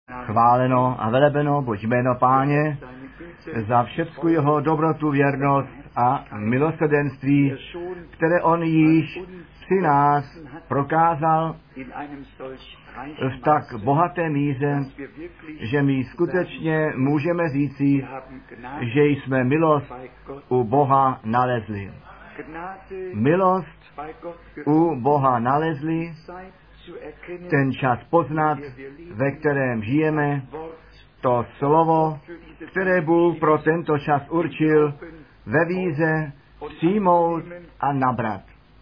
Chváleno a velebeno buď jméno Páně za všecku jeho dobrotu, věrnost a milosrdenství, které on již při nás prokázal v tak bohaté míře, že my skutečně můžeme říci, že jsme milost u Boha nalezli. Milost u Boha nalezli, ten čas poznat, ve kterém žijeme, to slovo, které Bůh pro tento čas určil, ve víze přijmout a nabrat.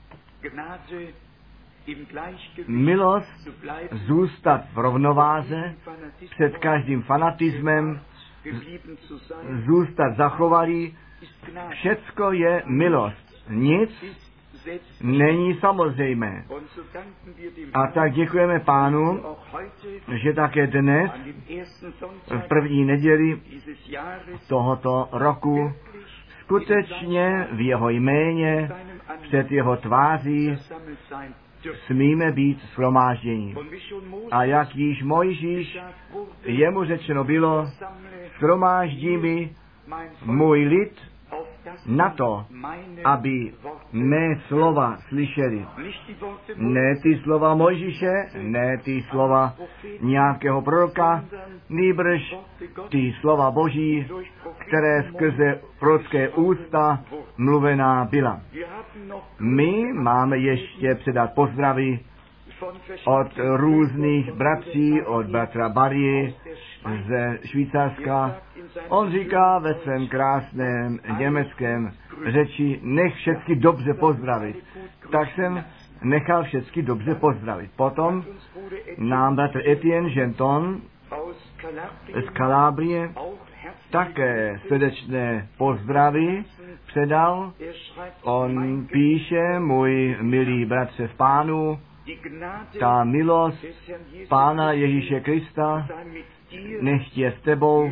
Milost zůstat v rovnováze před každým fanatismem, zůstat zachovalý, všecko je milost. Nic není samozřejmé. A tak děkujeme Pánu, že také dnes, v první neděli tohoto roku, skutečně v jeho jméně, před jeho tváří, smíme být shromážděni. A jak již Mojžíš, jemu řečeno bylo, shromáždí mi můj lid na to, aby mé slova slyšeli. Ne ty slova Mojžíše, ne ty slova nějakého proroka, nýbrž ty slova Boží, které skrze prorocké ústa mluvená byla. My máme ještě předat pozdravy od různých bratří, od bratra Barry ze Švýcarska. On říká ve svém krásném německém řeči, nech všechny dobře pozdravit. Tak jsem nechal všechny dobře pozdravit. Potom nám bratr Etienne Genton z Kalábrie také srdečné pozdravy předal. On píše, můj milý bratře v Pánu, ta milost Pána Ježíše Krista nechť je s tebou,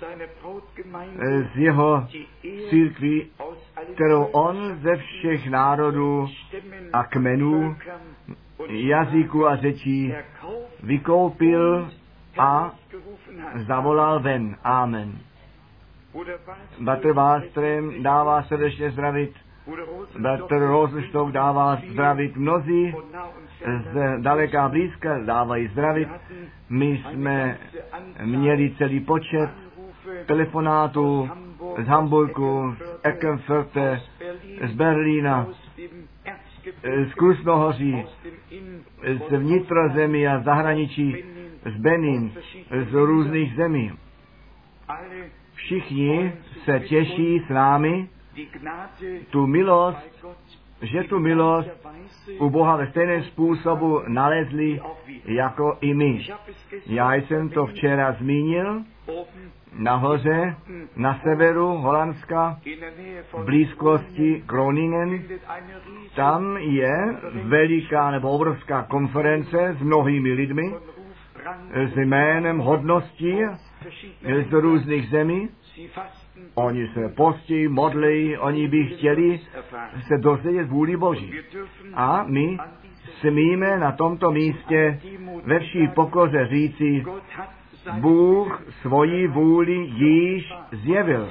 z jeho církví, kterou on ze všech národů a kmenů, jazyků a řečí vykoupil a zavolal ven. Amen. Bratr Wallström dává srdečně zdravit, bratr Rosenstock dává zdravit, mnozí z daleká blízka dávají zdravit. My jsme měli celý počet telefonátů z Hamburgu, z Eckenförde, z Berlína, z Krušnohoří, z vnitrozemí a zahraničí, z Benin, z různých zemí. Všichni se těší s námi tu milost, že tu milost u Boha ve stejném způsobu nalezli jako i my. Já jsem to včera zmínil, nahoře, na severu Holandska, v blízkosti Groningen. Tam je veliká nebo obrovská konference s mnohými lidmi, s jménem hodností z různých zemí. Oni se postí, modlí, oni by chtěli se dozvědět vůli Boží. A my smíme na tomto místě ve vší pokoře říci, Bůh svoji vůli již zjevil.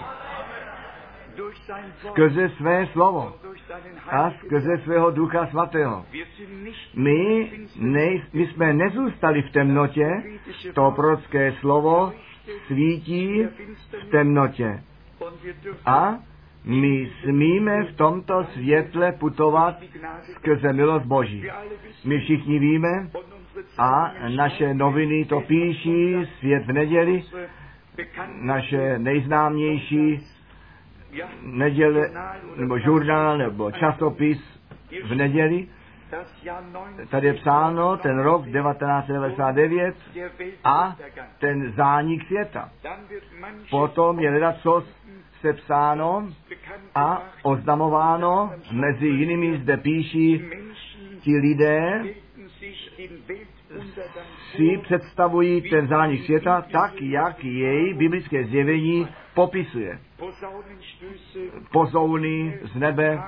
Skrze své slovo a skrze svého Ducha Svatého. My jsme nezůstali v temnotě, to prorocké slovo svítí v temnotě. A my smíme v tomto světle putovat skrze milost Boží. My všichni víme a naše noviny to píší, Svět v neděli, naše nejznámější neděle, nebo žurnál, nebo časopis v neděli. Tady je psáno ten rok 1999 a ten zánik světa. Potom je ledacos sepsáno a oznamováno, mezi jinými zde píší, ti lidé si představují ten zánik světa tak, jak jej biblické zjevení popisuje. Pozouny z nebe,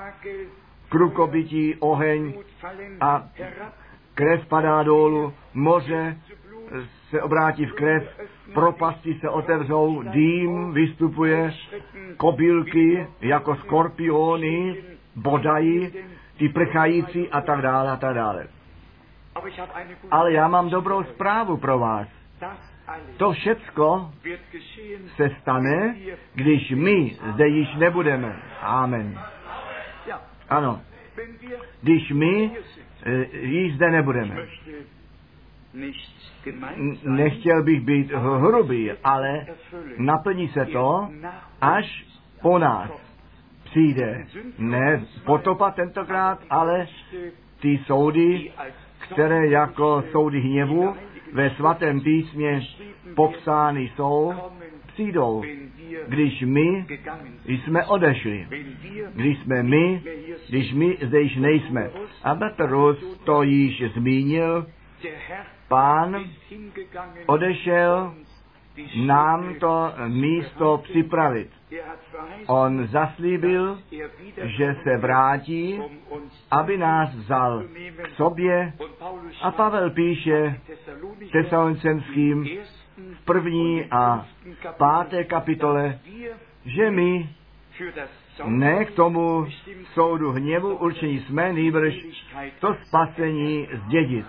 krukobytí, oheň a krev padá dolů, moře se obrátí v krev, propasti se otevřou, dým vystupuje, kobylky jako skorpiony bodají, ty prchající a tak dále a tak dále. Ale já mám dobrou zprávu pro vás. To všecko se stane, když my zde již nebudeme. Amen. Ano. Když my již zde nebudeme. Nechtěl bych být hrubý, ale naplní se to, až po nás přijde. Ne potopa tentokrát, ale ty soudy, které jako soudy hněvu ve svatém písmě popsány jsou, přijdou, když my jsme odešli. Když my zde již nejsme. A Petrus to již zmínil, Pán odešel nám to místo připravit. On zaslíbil, že se vrátí, aby nás vzal k sobě. A Pavel píše Tesalonicenským v 1. a 5. kapitole, že my ne k tomu soudu hněvu určení jsme, nýbrž to spasení zdědit.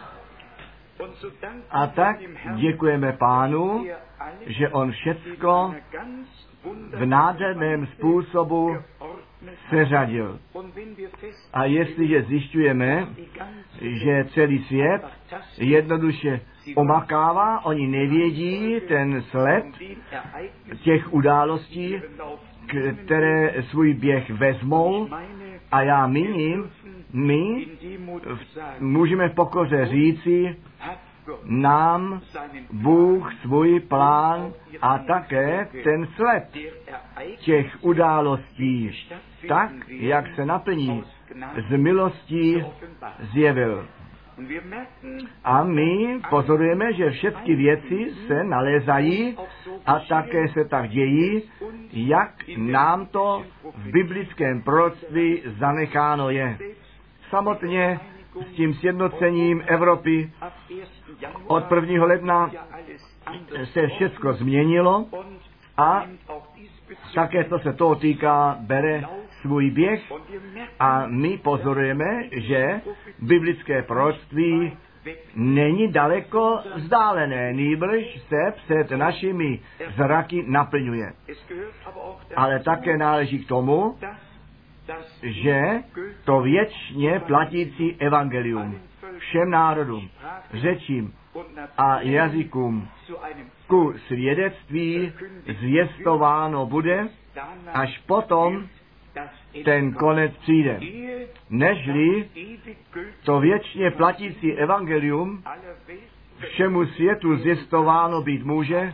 A tak děkujeme Pánu, že on všecko v nádherném způsobu seřadil. A jestliže zjišťujeme, že celý svět jednoduše omakává, oni nevědí ten sled těch událostí, které svůj běh vezmou, a já míním, my můžeme v pokoře říci, nám Bůh svůj plán a také ten sled těch událostí, tak, jak se naplní, z milostí zjevil. A my pozorujeme, že všechny věci se nalézají a také se tak dějí, jak nám to v biblickém proroctví zanecháno je. Samotně s tím sjednocením Evropy od 1. ledna se všechno změnilo a také, co se toho týká, bere svůj běh a my pozorujeme, že biblické proroctví není daleko vzdálené, nýbrž se před našimi zraky naplňuje. Ale také náleží k tomu, že to věčně platící evangelium všem národům, řečím a jazykům ku svědectví zvěstováno bude, až potom ten konec přijde. Nežli to věčně platící evangelium všemu světu zvěstováno být může,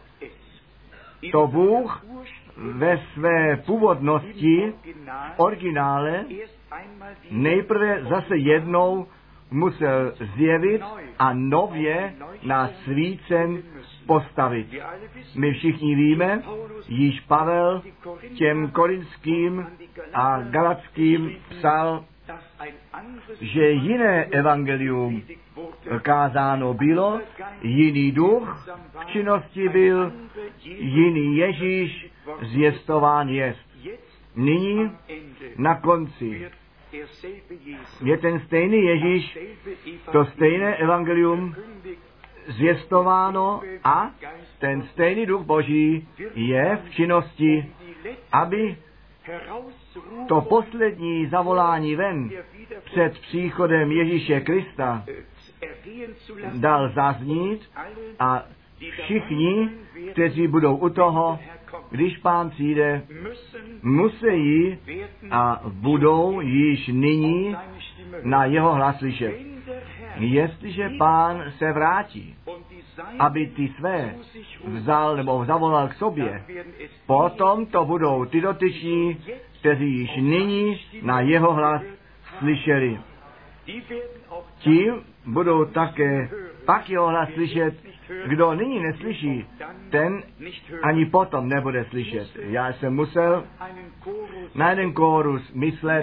to Bůh ve své původnosti v originále nejprve zase jednou musel zjevit a nově na svícen postavit. My všichni víme, již Pavel těm korinským a galatským psal, že jiné evangelium kázáno bylo, jiný duch v činnosti byl, jiný Ježíš zvěstován jest. Nyní na konci je ten stejný Ježíš, to stejné evangelium zvěstováno a ten stejný duch Boží je v činnosti, aby to poslední zavolání ven před příchodem Ježíše Krista dal zaznít a všichni, kteří budou u toho, když Pán přijde, musí a budou již nyní na jeho hlas slyšet. Jestliže Pán se vrátí, aby ty své vzal nebo zavolal k sobě, potom to budou ty dotyční, kteří již nyní na jeho hlas slyšeli. Ti budou také pak jeho hlas slyšet. Kdo nyní neslyší, ten ani potom nebude slyšet. Já jsem musel na jeden kórus myslet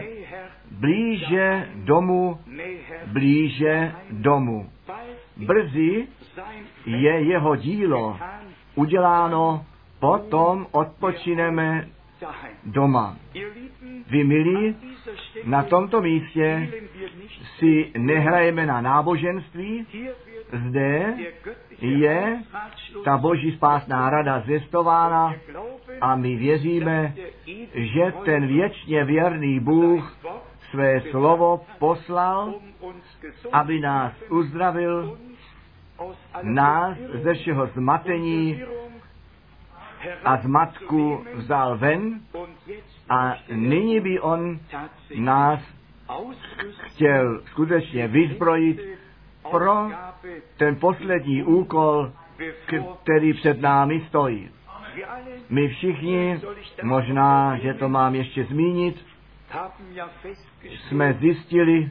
blíže domu, blíže domu. Brzy je jeho dílo uděláno, potom odpočineme doma. Vy milí, na tomto místě si nehrajeme na náboženství, zde je ta Boží spásná rada zvěstována a my věříme, že ten věčně věrný Bůh své slovo poslal, aby nás uzdravil, nás ze všeho zmatení a zmatku vzal ven a nyní by on nás chtěl skutečně vyzbrojit pro ten poslední úkol, který před námi stojí. My všichni, možná, že to mám ještě zmínit, jsme zjistili,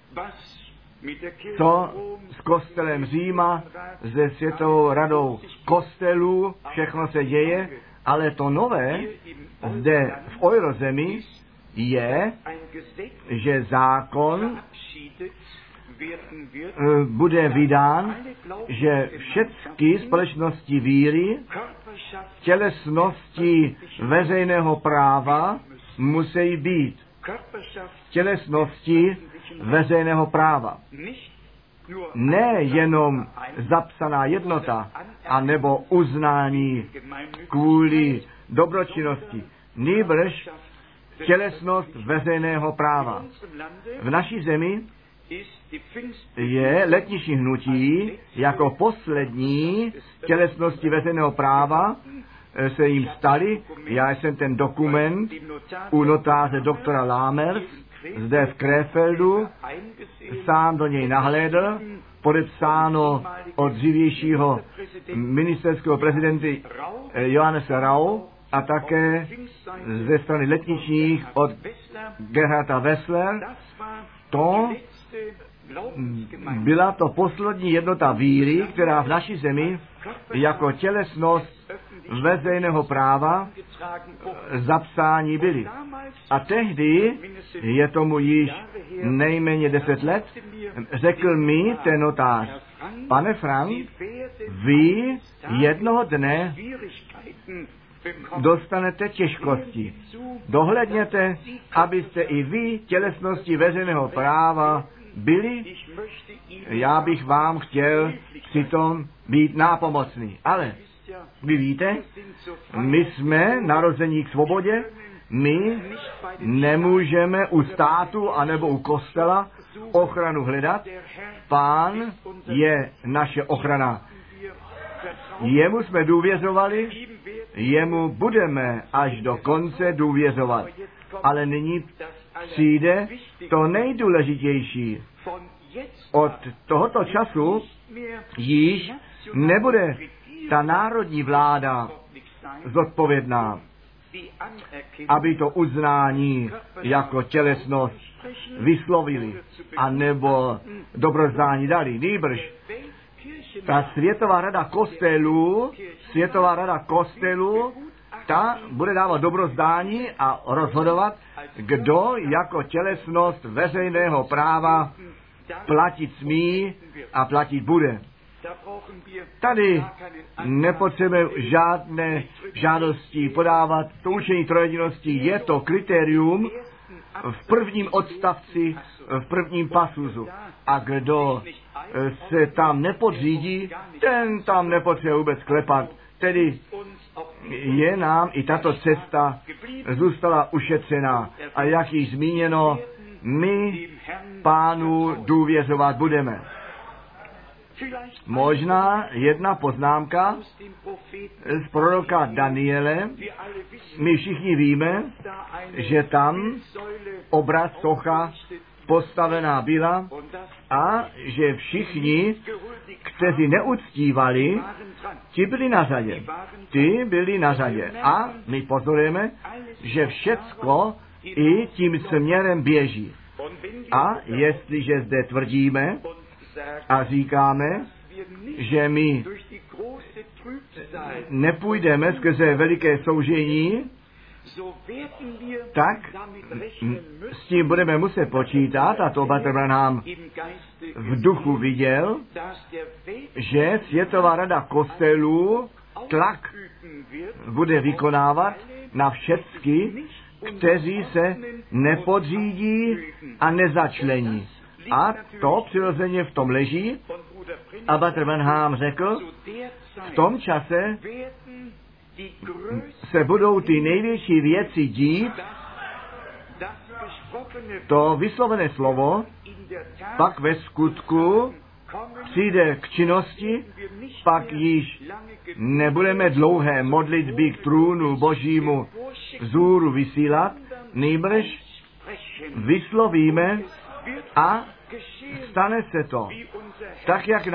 co s kostelem Říma, se Světovou radou kostelů, všechno se děje, ale to nové zde v Eurozemi je, že zákon bude vydán, že všechny společnosti víry, tělesnosti veřejného práva musí být tělesnosti veřejného práva. Ne jenom zapsaná jednota, anebo uznání kvůli dobročinnosti, nýbrž tělesnost veřejného práva. V naší zemi je letniční hnutí jako poslední tělesnosti veřejného práva se jim stali. Já jsem ten dokument u notáře doktora Lámers zde v Krefeldu sám do něj nahlédl, podepsáno od dřívějšího ministerského prezidenta Johannese Rau a také ze strany letničních od Gerharda Wessler. To byla to poslední jednota víry, která v naší zemi jako tělesnost veřejného práva zapsání byly. A tehdy, je tomu již nejméně 10 let, řekl mi ten notář: pane Frank, vy jednoho dne dostanete těžkosti. Dohledněte, abyste i vy tělesnosti veřejného práva byli. Já bych vám chtěl přitom být nápomocný. Ale vy víte, my jsme narození k svobodě, my nemůžeme u státu anebo u kostela ochranu hledat. Pán je naše ochrana. Jemu jsme důvěřovali, jemu budeme až do konce důvěřovat. Ale nyní přijde to nejdůležitější. Od tohoto času již nebude ta národní vláda zodpovědná, aby to uznání jako tělesnost vyslovili, anebo dobrozdání dali. Nýbrž ta Světová rada kostelů, ta bude dávat dobrozdání a rozhodovat, kdo jako tělesnost veřejného práva platit smí a platit bude. Tady nepotřebujeme žádné žádosti podávat. To učení trojjedinosti je to kritérium v prvním odstavci, v prvním pasuzu. A kdo se tam nepodřídí, ten tam nepotřebuje vůbec klepat. Tedy je nám i tato cesta zůstala ušetřená. A jak již zmíněno, my Pánu důvěřovat budeme. Možná jedna poznámka z proroka Daniele. My všichni víme, že tam obraz socha postavená byla a že všichni, kteří neuctívali, ti byli na řadě. Ty byli na řadě. A my pozorujeme, že všecko i tím směrem běží. A jestliže zde tvrdíme a říkáme, že my nepůjdeme skrze veliké soužení, tak s tím budeme muset počítat, a to Bratr Branham v duchu viděl, že Světová rada kostelů tlak bude vykonávat na všechny, kteří se nepodřídí a nezačlení. A to přirozeně v tom leží. A Bratr Branham řekl, v tom čase se budou ty největší věci dít, to vyslovené slovo pak ve skutku přijde k činnosti, pak již nebudeme dlouhé modlitby k trůnu Božímu vzhůru vysílat, nýbrž vyslovíme a stane se to. Tak, jak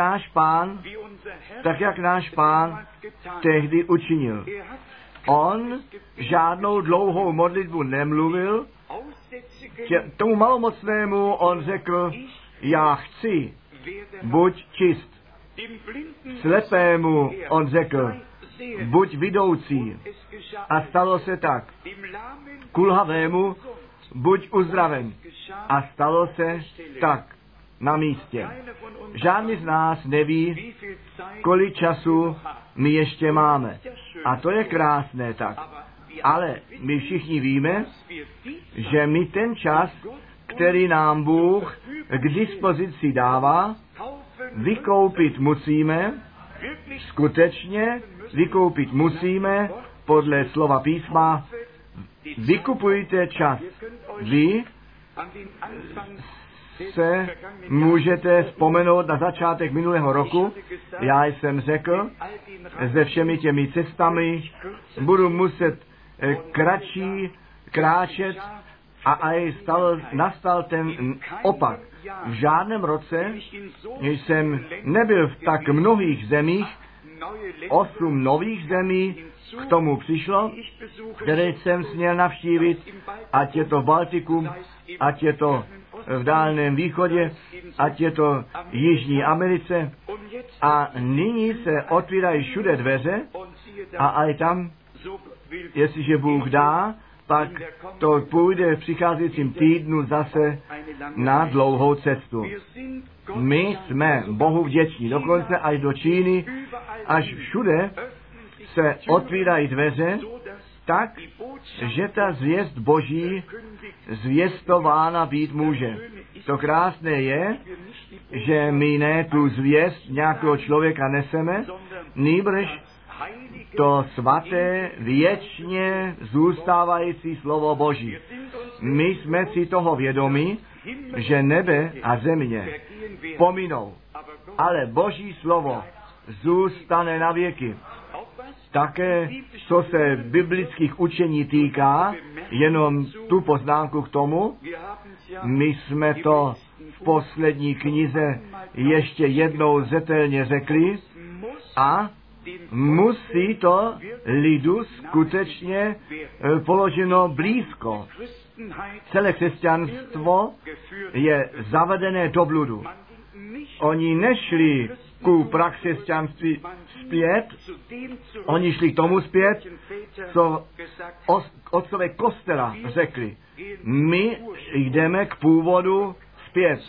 náš Pán tehdy učinil. On žádnou dlouhou modlitbu nemluvil, tomu malomocnému on řekl, já chci, buď čist. Slepému on řekl, buď vidoucí. A stalo se tak. Kulhavému buď uzdraven. A stalo se tak na místě. Žádný z nás neví, kolik času my ještě máme. A to je krásné tak. Ale my všichni víme, že my ten čas, který nám Bůh k dispozici dává, vykoupit musíme, skutečně vykoupit musíme podle slova písma. Vykupujte čas. Vy se můžete vzpomenout na začátek minulého roku. Já jsem řekl, se všemi těmi cestami budu muset kráčet a nastal ten opak. V žádném roce jsem nebyl v tak mnohých zemích, 8 nových zemí k tomu přišlo, které jsem směl navštívit, ať je to v Baltiku, ať je to v Dálném východě, ať je to v Jižní Americe. A nyní se otvírají všude dveře a aj tam, jestliže Bůh dá, pak to půjde v přicházejícím týdnu zase na dlouhou cestu. My jsme Bohu vděční, dokonce až do Číny, až všude se otvírají dveře, tak, že ta zvěst Boží zvěstována být může. To krásné je, že my ne tu zvěst nějakého člověka neseme, nýbrž to svaté, věčně zůstávající slovo Boží. My jsme si toho vědomi, že nebe a země pominou, ale Boží slovo zůstane na věky. Také, co se biblických učení týká, jenom tu poznámku k tomu, my jsme to v poslední knize ještě jednou zřetelně řekli a musí to lidu skutečně položeno blízko. Celé křesťanstvo je zavedené do bludu. Oni nešli ku prakřesťanství zpět, oni šli k tomu zpět, co otcové kostela řekli. My jdeme k původu zpět,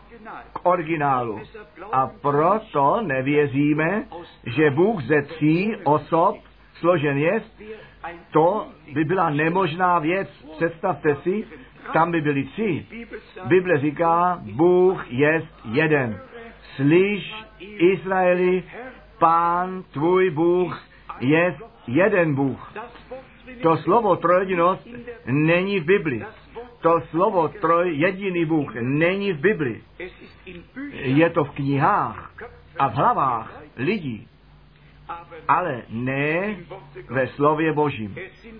k originálu. A proto nevěříme, že Bůh ze 3 osob složen je. To by byla nemožná věc. Představte si, tam by byli 3. Bible říká, Bůh je jeden. Slyš, Izraeli, Pán tvůj Bůh je jeden Bůh. To slovo trojedinost není v Bibli. To slovo trojjediný Bůh není v Bibli. Je to v knihách a v hlavách lidí, ale ne ve slově Božím.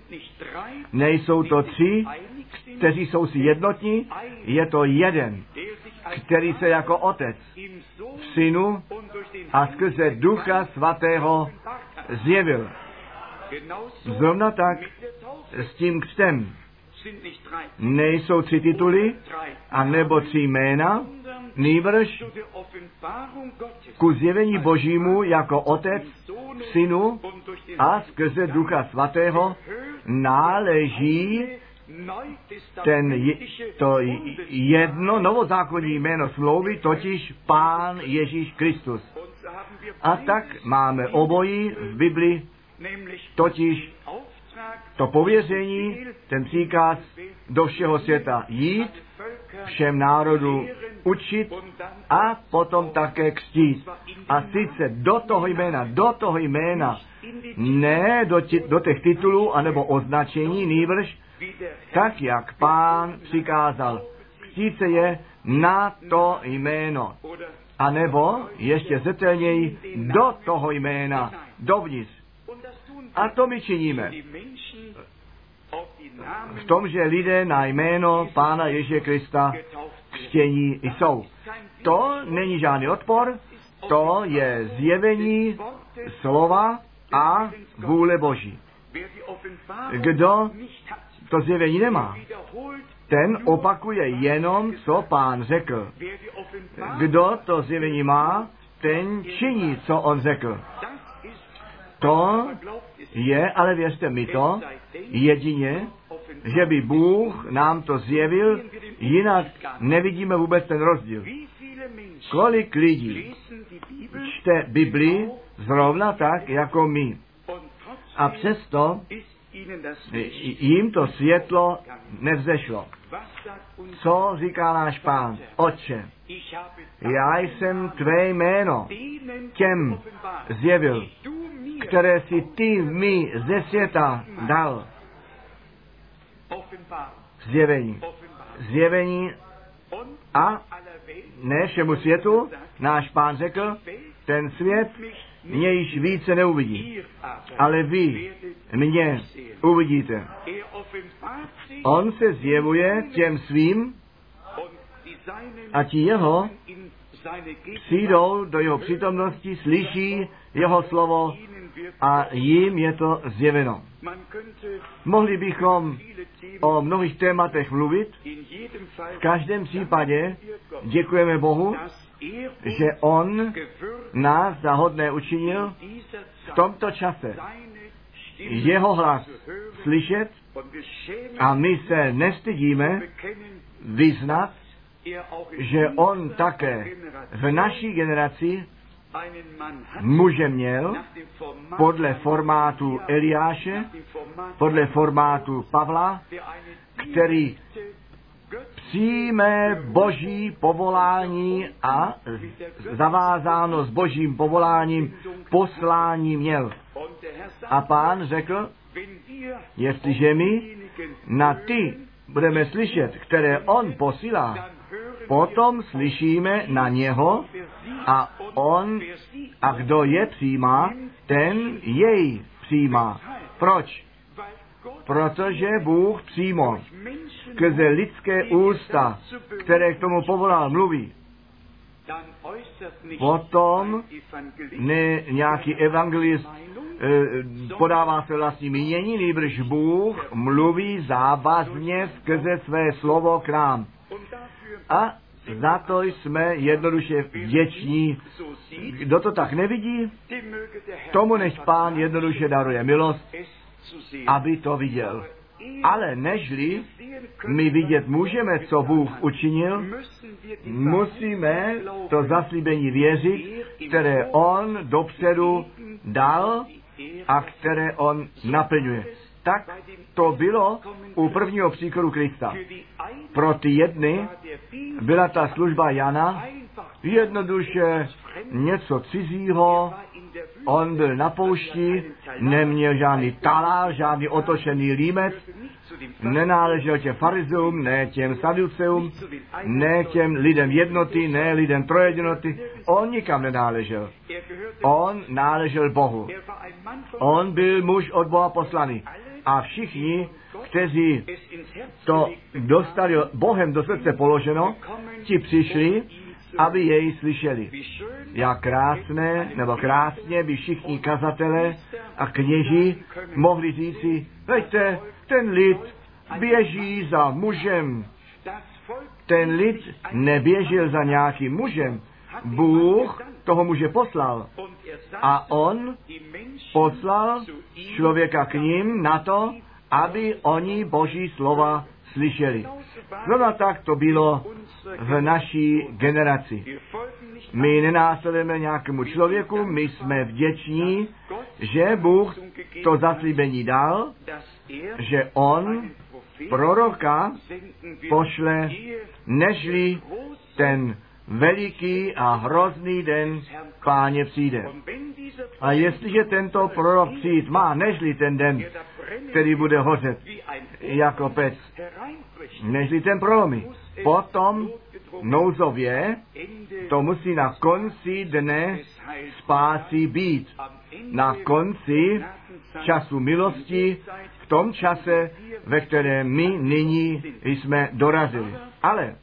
Nejsou to 3, kteří jsou si jednotní, je to jeden, který se jako Otec v Synu a skrze Ducha Svatého zjevil. Zrovna tak s tím křtem. Nejsou 3 tituly, a nebo 3 jména, nýbrž ku zjevení Božímu jako Otec, Synu a skrze Ducha Svatého náleží to jedno novozákonní jméno smlouvy, totiž Pán Ježíš Kristus. A tak máme obojí v Bibli, totiž to pověření, ten příkaz do všeho světa jít, všem národům učit a potom také křtít. A sice do toho jména, ne do těch titulů anebo označení, nýbrž tak, jak Pán přikázal. Křtít se je na to jméno. A nebo ještě zřetelněji do toho jména, dovnitř. A to my činíme. V tom, že lidé na jméno Pána Ježíše Krista křtění jsou. To není žádný odpor, to je zjevení slova a vůle Boží. Kdo to zjevení nemá, ten opakuje jenom, co Pán řekl. Kdo to zjevení má, ten činí, co on řekl. To je, ale věřte mi to, jedině, že by Bůh nám to zjevil, jinak nevidíme vůbec ten rozdíl. Kolik lidí čte Bibli zrovna tak, jako my. A přesto jim to světlo nevzešlo. Co říká náš Pán? Otče, já jsem tvé jméno těm zjevil, které si ty mi ze světa dal. Zjevení a ne všemu světu, náš Pán řekl, ten svět mě již více neuvidí, ale vy mě uvidíte. On se zjevuje těm svým a ti jeho přijdou do jeho přítomnosti, slyší jeho slovo a jim je to zjeveno. Mohli bychom o mnohých tématech mluvit. V každém případě děkujeme Bohu, že on nás za hodné učinil v tomto čase jeho hlas slyšet a my se nestydíme vyznat, že on také v naší generaci muže měl podle formátu Eliáše, podle formátu Pavla, který přijme Boží povolání a zavázáno s Božím povoláním poslání měl. A Pán řekl, jestliže my na ty budeme slyšet, které on posílá, potom slyšíme na něho a kdo je přijímá, ten jej přijímá. Proč? Protože Bůh přímo skrze lidské ústa, které k tomu povolal, mluví. Potom ne nějaký evangelist podává se vlastní mínění, nýbrž Bůh mluví závazně skrze své slovo k nám. A za to jsme jednoduše vděční. Kdo to tak nevidí, tomu než Pán jednoduše daruje milost, aby to viděl. Ale nežli my vidět můžeme, co Bůh učinil, musíme to zaslíbení věřit, které on dopředu dal a které on naplňuje. Tak to bylo u prvního příchodu Krista. Pro ty jedny byla ta služba Jana jednoduše něco cizího. On byl na poušti, neměl žádný talár, žádný otočený límec, nenáležel těm farizeům, ne těm saduceům, ne těm lidem jednoty, ne lidem trojedinoty. On nikam nenáležel. On náležel Bohu. On byl muž od Boha poslaný. A všichni, kteří to dostali Bohem do srdce položeno, ti přišli, aby jej slyšeli. Jak krásně by všichni kazatelé a kněží mohli říci, veďte, ten lid běží za mužem. Ten lid neběžel za nějakým mužem. Bůh toho muže poslal. A on poslal člověka k ním na to, aby oni Boží slova slyšeli. Zrovna tak to bylo v naší generaci. My nenásledujeme nějakému člověku, my jsme vděční, že Bůh to zaslíbení dal, že on proroka pošle, nežli ten veliký a hrozný den Páně přijde. A jestliže tento prorok přijít má, nežli ten den, který bude hořet jako pec, nežli ten prolomí, potom nouzově to musí na konci dne spásy být. Na konci času milosti, v tom čase, ve kterém my nyní jsme dorazili. Ale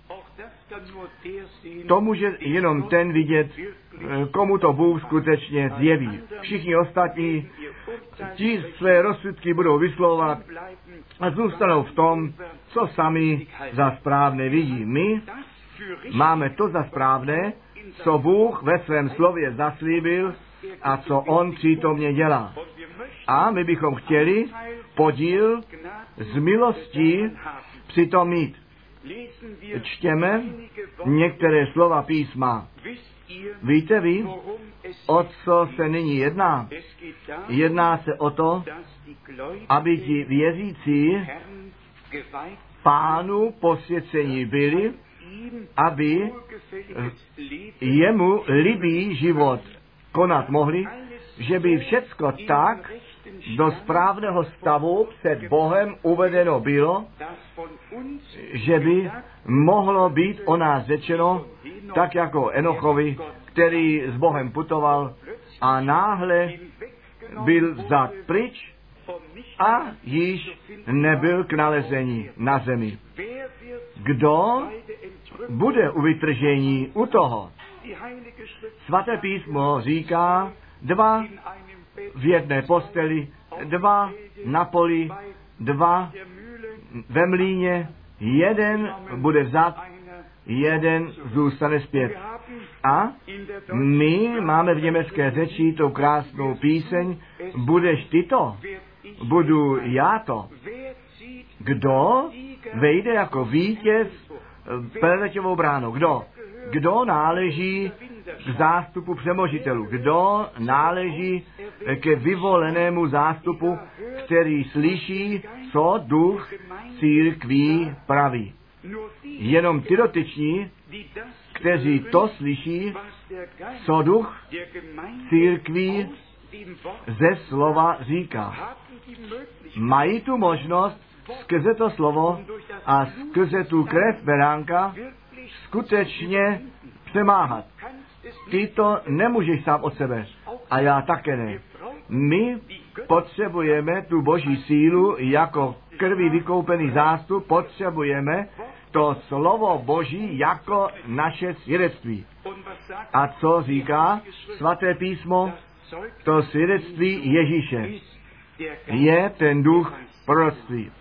to může jenom ten vidět, komu to Bůh skutečně zjeví. Všichni ostatní, ti své rozsudky budou vyslovovat a zůstanou v tom, co sami za správné vidí. My máme to za správné, co Bůh ve svém slově zaslíbil a co on přítomně dělá. A my bychom chtěli podíl z milostí přitom mít. Čtěme některé slova písma. Víte vy, o co se nyní jedná? Jedná se o to, aby ti věřící Pánu posvěcení byli, aby jemu líbý život konat mohli, že by všecko tak do správného stavu před Bohem uvedeno bylo, že by mohlo být o nás řečeno, tak jako Enochovi, který s Bohem putoval a náhle byl vzat pryč a již nebyl k nalezení na zemi. Kdo bude u vytržení u toho? Svaté písmo říká, 2 v jedné posteli, 2 na poli, 2 ve mlýně, 1 bude vzat, 1 zůstane zpět. A my máme v německé řeči tu krásnou píseň, budeš ty to, budu já to. Kdo vejde jako vítěz preletěvou bránu? Kdo? Kdo náleží k zástupu přemožitelů? Kdo náleží ke vyvolenému zástupu, který slyší, co duch církví praví? Jenom ty dotyční, kteří to slyší, co duch církví ze slova říká. Mají tu možnost skrze to slovo a skrze tu krev beránka skutečně přemáhat. Ty to nemůžeš sám od sebe a já také ne. My potřebujeme tu Boží sílu jako krví vykoupený zástup, potřebujeme to slovo Boží jako naše svědectví. A co říká svaté písmo? To svědectví Ježíše je ten duch proroctví.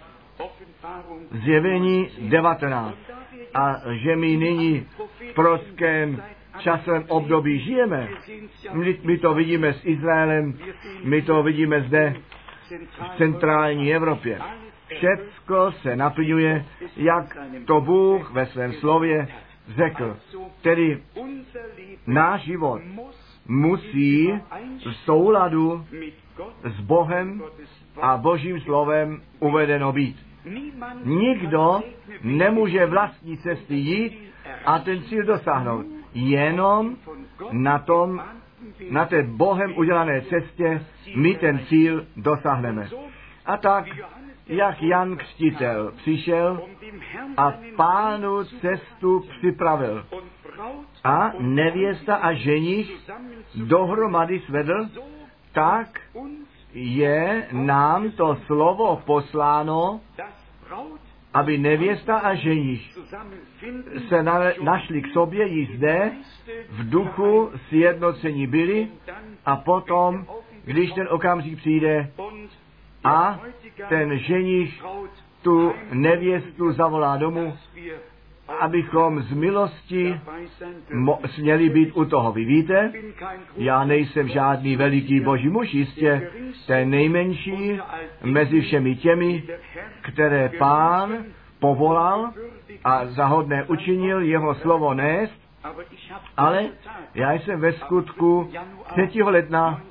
Zjevení 19. A že my nyní v prorockém časovém období žijeme. My to vidíme s Izraelem, my to vidíme zde v centrální Evropě. Všecko se naplňuje, jak to Bůh ve svém slově řekl. Tedy náš život musí v souladu s Bohem a Božím slovem uvedeno být. Nikdo nemůže vlastní cesty jít a ten cíl dosáhnout. Jenom na té Bohem udělané cestě my ten cíl dosáhneme. A tak, jak Jan Křtitel přišel a Pánu cestu připravil a nevěsta a ženich dohromady svedl, tak je nám to slovo posláno, aby nevěsta a ženich se našli k sobě již zde, v duchu sjednocení byli a potom, když ten okamžik přijde a ten ženich tu nevěstu zavolá domů, abychom z milosti směli být u toho. Vy víte, já nejsem žádný veliký boží muž, jistě ten nejmenší mezi všemi těmi, které Pán povolal a za hodné učinil jeho slovo nést, ale já jsem ve skutku 3. ledna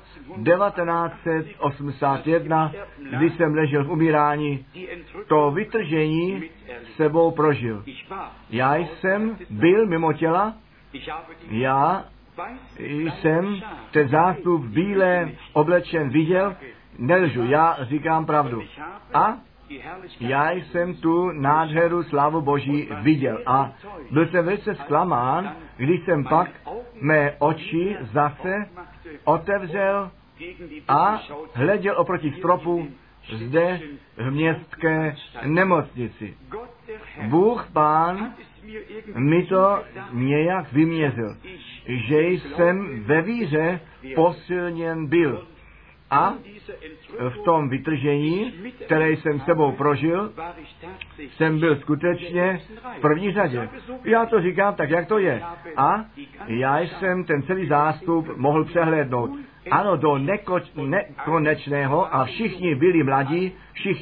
1981, kdy jsem ležel v umírání, to vytržení sebou prožil. Já jsem byl mimo těla, já jsem ten zástup bílé oblečen viděl, nelžu, já říkám pravdu. A já jsem tu nádheru slávu Boží viděl a byl jsem velice zklamán, když jsem pak mé oči zase otevřel a hleděl oproti stropu zde v městské nemocnici. Bůh Pán mi to nějak vyměřil, že jsem ve víře posilněn byl. A v tom vytržení, které jsem sebou prožil, jsem byl skutečně v první řadě. Já to říkám tak, jak to je. A já jsem ten celý zástup mohl přehlédnout. Ano, do nekonečného a všichni byli mladí,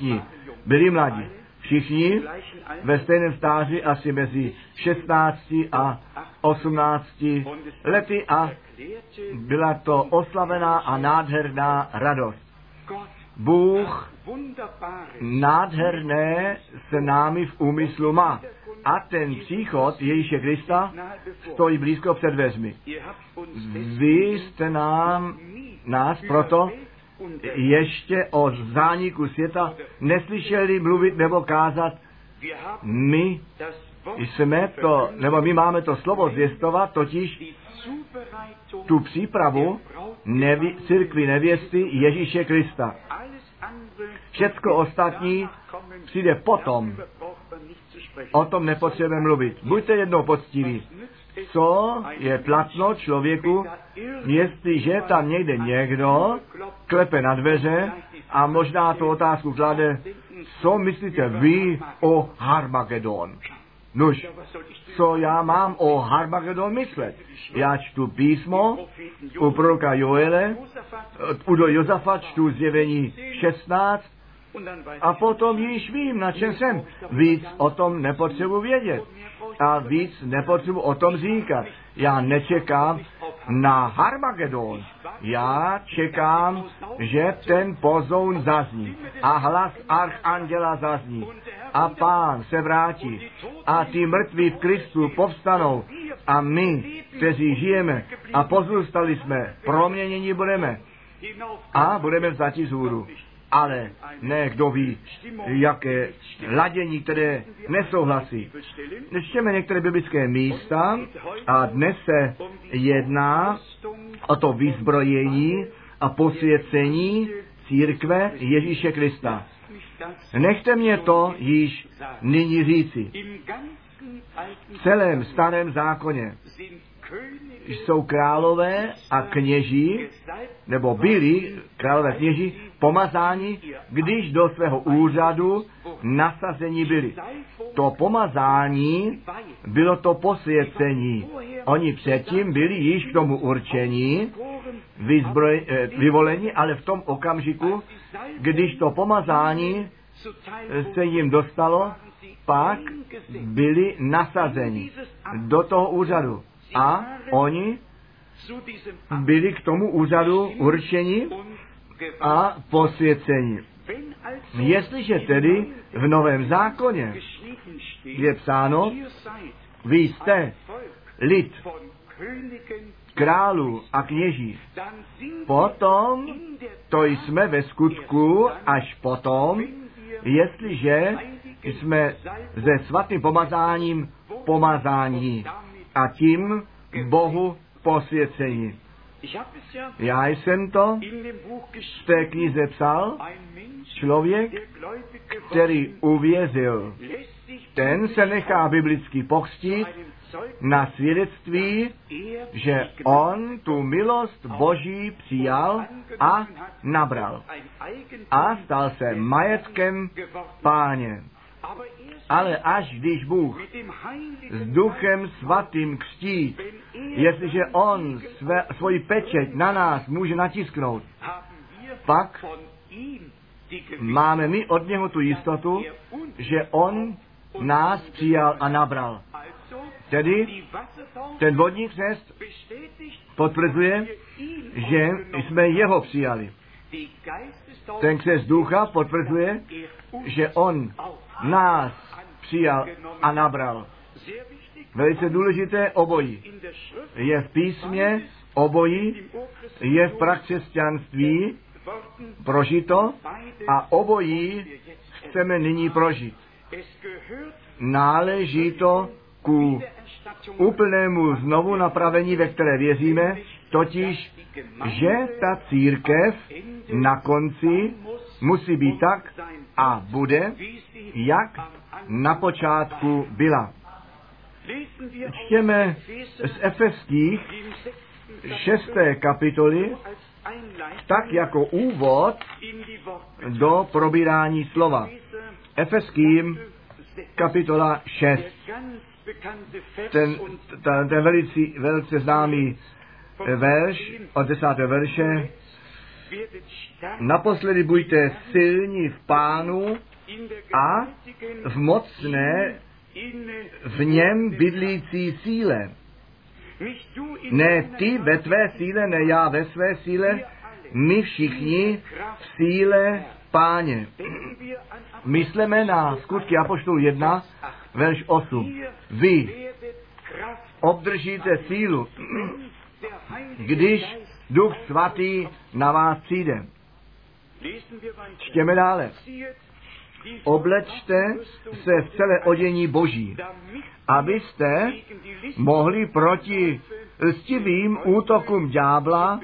všichni ve stejném stáži asi mezi 16 a 18 lety a byla to oslavená a nádherná radost. Bůh nádherné s námi v úmyslu má. A ten příchod Ježíše Krista stojí blízko před dveřmi. Vy jste nás proto ještě o zániku světa neslyšeli mluvit nebo kázat. My máme to slovo zvěstovat, totiž tu přípravu církvi nevěsty Ježíše Krista. Všecko ostatní přijde potom. O tom nepotřebujeme mluvit. Buďte jednou poctiví. Co je platno člověku, jestliže tam někde někdo klepe na dveře a možná tu otázku klade, co myslíte vy o Harmagedon? Nuž, co já mám o Harmagedon myslet? Já čtu písmo u proroka Joele, u Josafa čtu Zjevení 16 a potom již vím, na čem jsem. Víc o tom nepotřebuji vědět a víc nepotřebuji o tom říkat. Já nečekám na Harmagedon. Já čekám, že ten pozoun zazní a hlas archanděla zazní a Pán se vrátí a ty mrtví v Kristu povstanou a my, kteří žijeme a pozůstali jsme, proměnění budeme a budeme vzati z hůru. Ale ne, kdo ví, jaké ladění, které nesouhlasí. Čteme některé biblické místa a dnes se jedná o to vyzbrojení a posvěcení církve Ježíše Krista. Nechte mě to již nyní říci. V celém starém zákoně jsou králové a kněží, nebo byli králové kněží, pomazáni, když do svého úřadu nasazení byli. To pomazání bylo to posvěcení. Oni předtím byli již k tomu určení, vyvoleni, ale v tom okamžiku, když to pomazání se jim dostalo, pak byli nasazeni do toho úřadu. A oni byli k tomu úřadu určeni a posvěceni. Jestliže tedy v Novém zákoně je psáno, vy jste lid králů a kněží, potom to jsme ve skutku až potom, jestliže jsme se svatým pomazáním pomazání a tím Bohu posvěcení. Já jsem to v té knize psal, člověk, který uvěřil, ten se nechá biblicky pokřtít na svědectví, že on tu milost Boží přijal a nabral a stal se majetkem Páně. Ale až když Bůh s Duchem Svatým křtí, jestliže On svoji pečeť na nás může natisknout, pak máme my od něho tu jistotu, že on nás přijal a nabral. Tedy ten vodní křest potvrzuje, že jsme jeho přijali. Ten křest ducha potvrzuje, že on nás přijal a nabral. Velice důležité obojí. Je v písmě, obojí je v prakřesťanství prožito a obojí chceme nyní prožít. Náleží to ku úplnému znovu napravení, ve které věříme, totiž, že ta církev na konci musí být tak a bude, jak na počátku byla. Čtěme z Efeských 6. kapitoly tak jako úvod do probírání slova. Efeským kapitola 6. Ten velice známý verš od 10. verše. Naposledy buďte silní v Pánu a v mocné v něm bydlící síle. Ne ty ve tvé síle, ne já ve své síle, my všichni v síle Páně. Myslíme na Skutky apoštolů 1, verš 8. Vy obdržíte sílu, když Duch Svatý na vás přijde. Čtěme dále. Oblečte se v celé odění Boží, abyste mohli proti lstivým útokům ďábla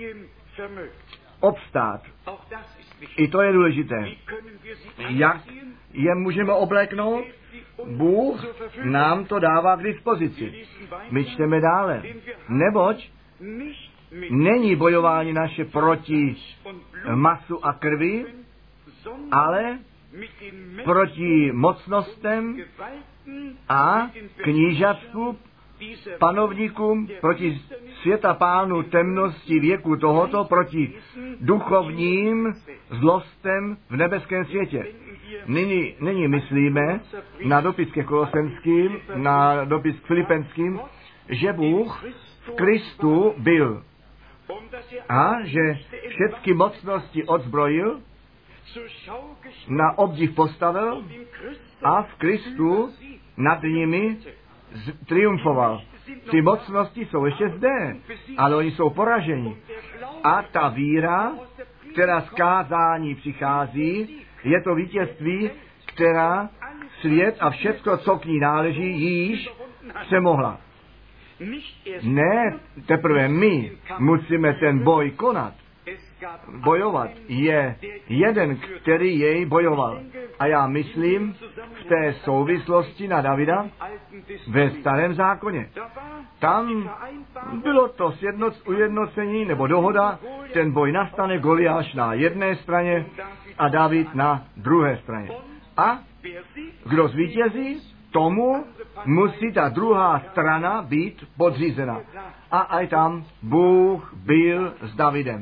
obstát. I to je důležité. Jak je můžeme obléknout? Bůh nám to dává k dispozici. My čteme dále. Neboť není bojování naše proti masu a krvi, ale proti mocnostem a knížatstvu, panovníkům, proti světa pánu temnosti věku tohoto, proti duchovním zlostem v nebeském světě. Nyní myslíme na dopis ke Kolosenským, na dopis k Filipenským, že Bůh v Kristu byl a že všechny mocnosti odzbrojil, na obdiv postavil a v Kristu nad nimi triumfoval. Ty mocnosti jsou ještě zde, ale oni jsou poraženi. A ta víra, která z kázání přichází, je to vítězství, která svět a všechno, co k ní náleží, již přemohla. Ne, teprve my musíme ten boj konat. Bojovat je jeden, který jej bojoval. A já myslím v té souvislosti na Davida ve Starém zákoně. Tam bylo to ujednocení nebo dohoda, ten boj nastane, Goliáš na jedné straně a David na druhé straně. A kdo zvítězí, tomu musí ta druhá strana být podřízena. A aj tam Bůh byl s Davidem.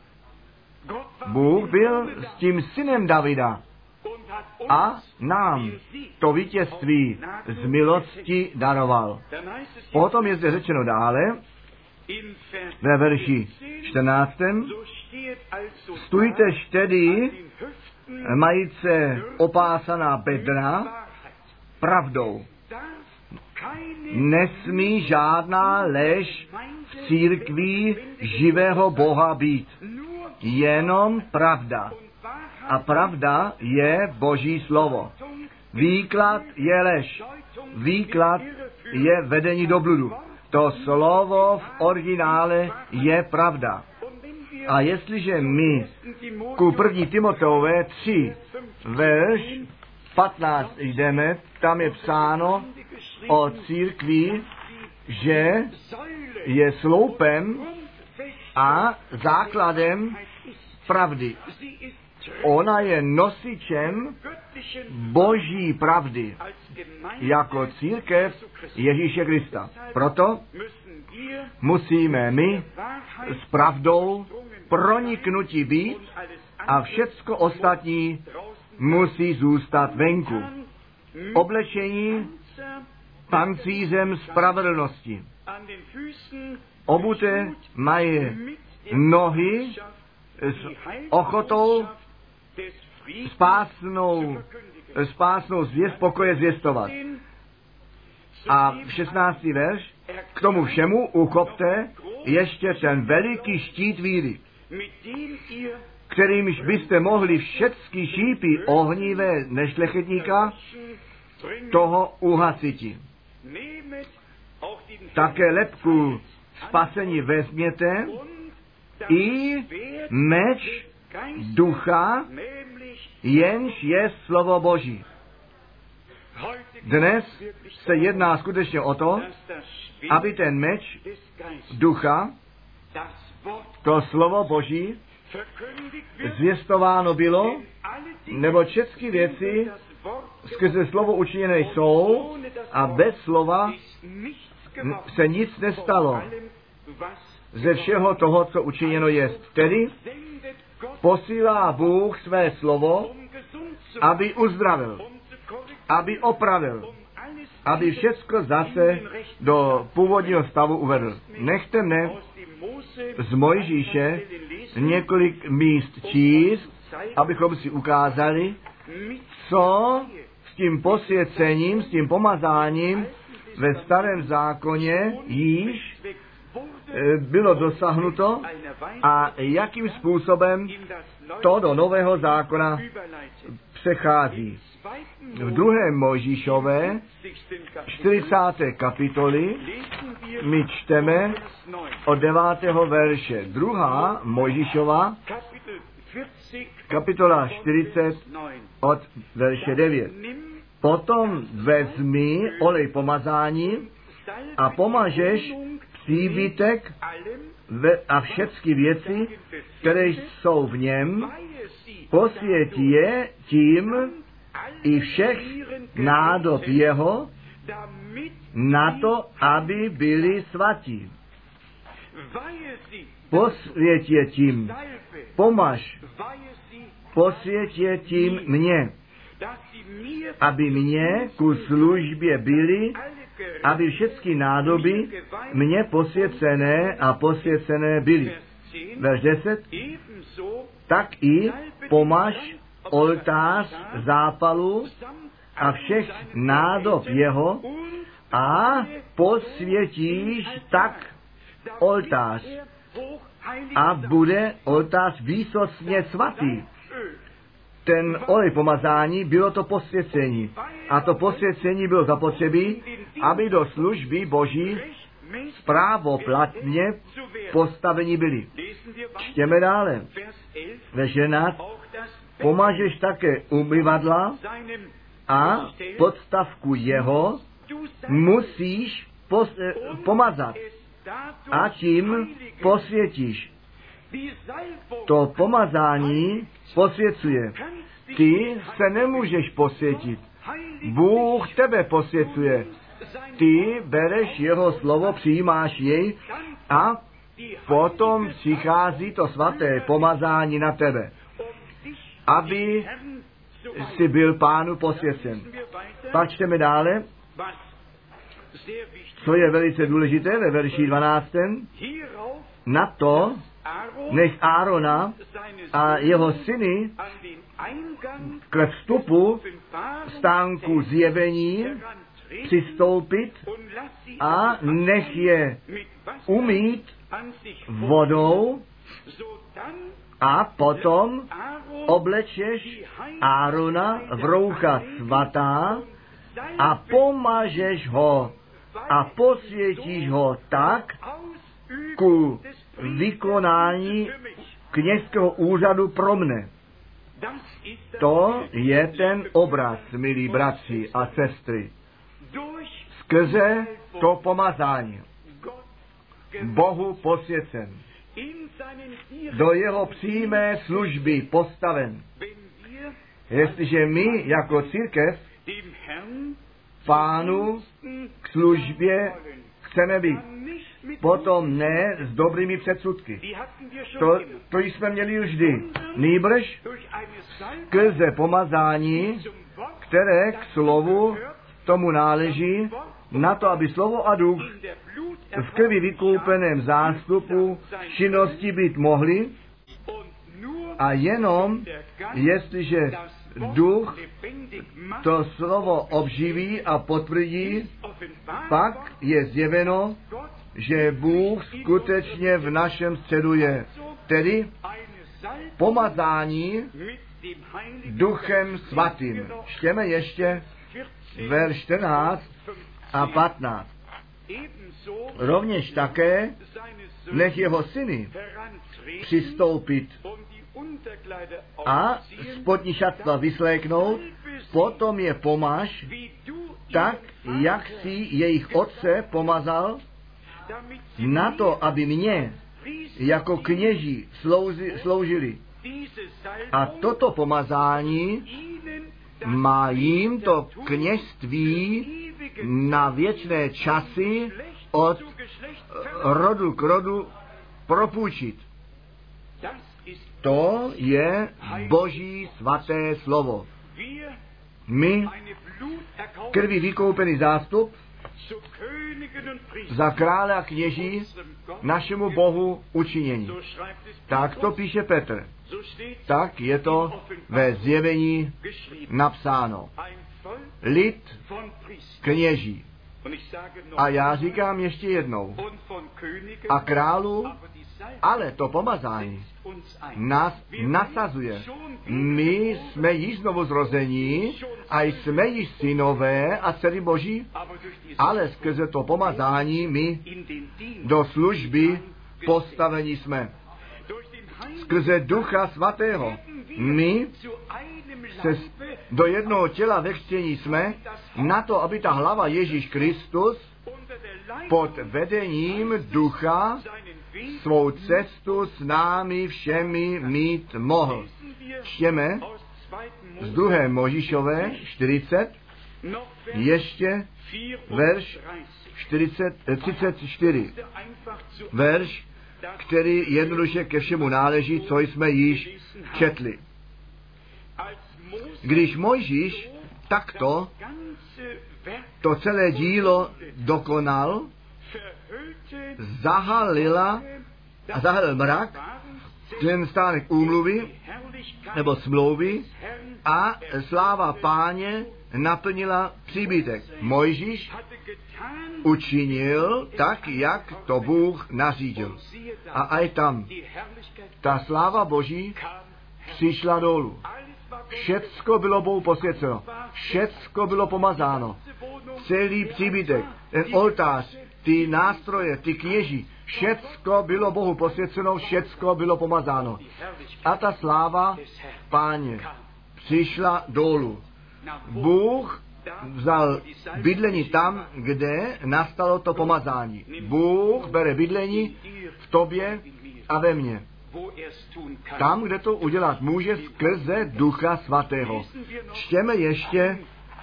Bůh byl s tím synem Davida a nám to vítězství z milosti daroval. Potom je zde řečeno dále, ve verši 14. Stůjtež tedy, majíce opásaná bedra, pravdou. Nesmí žádná lež v církvi živého Boha být. Jenom pravda. A pravda je Boží slovo. Výklad je lež. Výklad je vedení do bludu. To slovo v originále je pravda. A jestliže my ku 1. Timoteové 3, verš 15 jdeme, tam je psáno o církvi, že je sloupem a základem pravdy. Ona je nosičem Boží pravdy jako církev Ježíše Krista. Proto musíme my s pravdou proniknuti být a všecko ostatní musí zůstat venku. Oblečení pancířem spravedlnosti. Obuté mají nohy s ochotou spásnou zvěst pokoje zvěstovat. A 16. verš, k tomu všemu uchopte ještě ten veliký štít víry, kterýmž byste mohli všecky šípy ohnivé nešlechetníka toho uhasiti. Také lebku spasení vezměte i meč ducha, jenž je slovo Boží. Dnes se jedná skutečně o to, aby ten meč ducha, to slovo Boží, zvěstováno bylo, nebo všechny věci skrze slovo učiněné jsou a bez slova se nic nestalo ze všeho toho, co učiněno jest. Tedy posílá Bůh své slovo, aby uzdravil, aby opravil, aby všechno zase do původního stavu uvedl. Nechte mne z Mojžíše několik míst číst, abychom si ukázali, co s tím posvěcením, s tím pomazáním ve starém zákoně již bylo dosáhnuto a jakým způsobem to do nového zákona přechází. V 2. Mojžíšové 40. kapitoly my čteme od 9. verše. 2. Mojžíšova kapitola 40 od verše 9. Potom vezmi olej pomazání a pomažeš příbytek a všechny věci, které jsou v něm, posvětí je tím i všech nádob jeho, na to, aby byli svatí. Posvěť je tím, pomaž, posvěť je tím mě, aby mě ku službě byly, aby všechny nádoby mě posvěcené a posvěcené byly. Verš 10. Tak i pomaž oltář zápalu a všech nádob jeho a posvětíš tak oltář a bude oltář výsostně svatý. Ten olej pomazání bylo to posvěcení. A to posvěcení bylo zapotřebí, aby do služby Boží právoplatně postaveni byli. Čtěme dále. Ve 11. Pomažeš také umyvadla a podstavku jeho musíš pomazat a tím posvětíš. To pomazání posvěcuje. Ty se nemůžeš posvětit. Bůh tebe posvěcuje. Ty bereš jeho slovo, přijímáš jej a potom přichází to svaté pomazání na tebe, aby si byl Pánu posvěcen. Pak čteme dále, co je velice důležité ve verši 12. Na to nech Árona a jeho syny k vstupu stánku zjevení přistoupit a nech je umýt vodou a potom oblečeš Árona v roucha svatá a pomažeš ho a posvětíš ho tak ku vykonání kněžského úřadu pro mne. To je ten obraz, milí bratři a sestry. Skrze to pomazání. Bohu posvěcen. Do jeho přímé služby postaven. Jestliže my jako církev Pánu k službě chceme být, potom ne s dobrými předsudky. To jsme měli vždy. Nýbrž skrze pomazání, které k slovu tomu náleží, na to, aby slovo a duch v krvi vykoupeném zástupu činnosti být mohli, a jenom jestliže duch to slovo obživí a potvrdí, pak je zjeveno, že Bůh skutečně v našem středu je. Tedy pomazání Duchem Svatým. Čtěme ještě verš 14 a 15. Rovněž také nech jeho syny přistoupit a spodní šatstva vysléknout, potom je pomaž, tak, jak si jejich otce pomazal, na to, aby mě jako kněži sloužili. A toto pomazání má jim to kněžství na věčné časy od rodu k rodu propůjčit. To je Boží svaté slovo. My, krví vykoupený zástup, za krále a kněží našemu Bohu učinění. Tak to píše Petr. Tak je to ve zjevení napsáno. Lid kněží. A já říkám ještě jednou. A králu, ale to pomazání nás nasazuje. My jsme již znovu zrození a jsme již synové a dcery Boží, ale skrze to pomazání my do služby postavení jsme. Skrze Ducha Svatého my se do jednoho těla ve křtění jsme, na to, aby ta hlava Ježíš Kristus pod vedením Ducha svou cestu s námi všemi mít mohl. Čtěme z 2. Mojžíšové 40, ještě verš 34. Verš, který jednoduše ke všemu náleží, co jsme již četli. Když Mojžíš takto to celé dílo dokonal, zahalil mrak, ten stánek úmluvy nebo smlouvy a sláva Páně naplnila příbytek. Mojžíš učinil tak, jak to Bůh nařídil. A aj tam ta sláva Boží přišla dolů. Všecko bylo Bohu posvěceno. Všecko bylo pomazáno. Celý příbytek, ten oltář, ty nástroje, ty kněží, všecko bylo Bohu posvěceno, všecko bylo pomazáno. A ta sláva Páně přišla dolů. Bůh vzal bydlení tam, kde nastalo to pomazání. Bůh bere bydlení v tobě a ve mně. Tam, kde to udělat může skrze Ducha Svatého. Čtěme ještě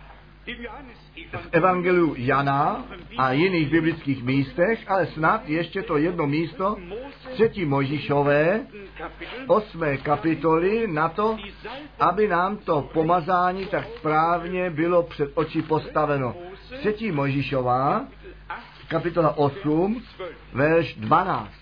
v Evangeliu Jana a jiných biblických místech, ale snad ještě to jedno místo, 3. Mojžíšové, 8. kapitoly, na to, aby nám to pomazání tak správně bylo před oči postaveno. 3. Mojžíšová, kapitola 8, verš 12.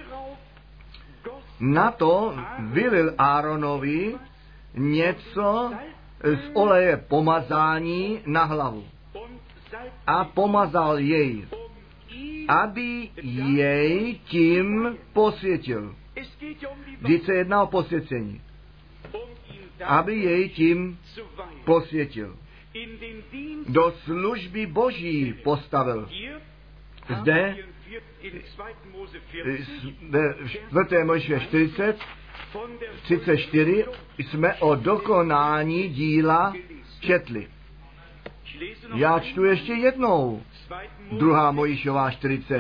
Na to vylil Áronovi něco z oleje pomazání na hlavu a pomazal jej, aby jej tím posvětil. Vždyť se jedná o posvěcení. Aby jej tím posvětil. Do služby Boží postavil. Zde ve 4. Mojžíšové 34 jsme o dokonání díla četli. Já čtu ještě jednou. 2. Mojžíšová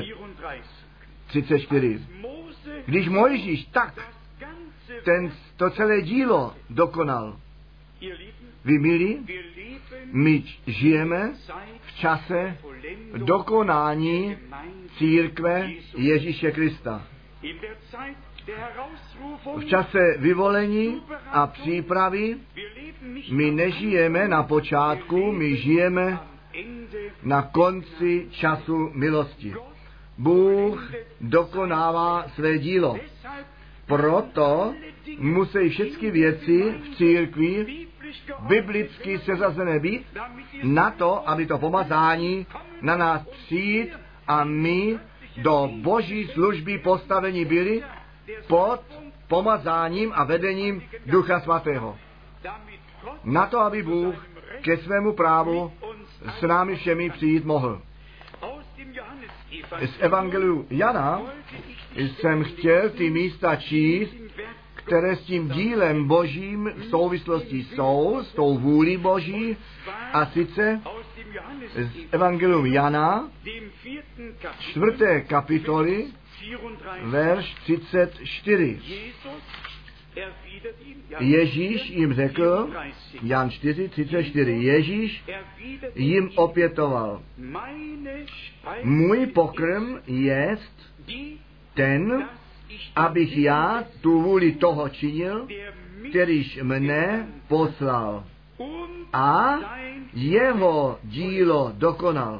34. Když Mojžíš tak to celé dílo dokonal, Vy milí, my žijeme v čase dokonání církve Ježíše Krista. V čase vyvolení a přípravy my nežijeme na počátku, my žijeme na konci času milosti. Bůh dokonává své dílo. Proto musí všechny věci v církvi biblicky seřazené být na to, aby to pomazání na nás přijít a my do Boží služby postavení byli pod pomazáním a vedením Ducha Svatého. Na to, aby Bůh ke svému právu s námi všemi přijít mohl. Z Evangeliu Jana jsem chtěl ty místa číst, které s tím dílem Božím v souvislosti jsou, s tou vůlí Boží, a sice z Evangelium Jana, 4. kapitoly, verš 34. Ježíš jim řekl, Jan 4, 34, Ježíš jim opětoval, můj pokrm jest ten, abych já tu vůli toho činil, kterýž mne poslal a jeho dílo dokonal.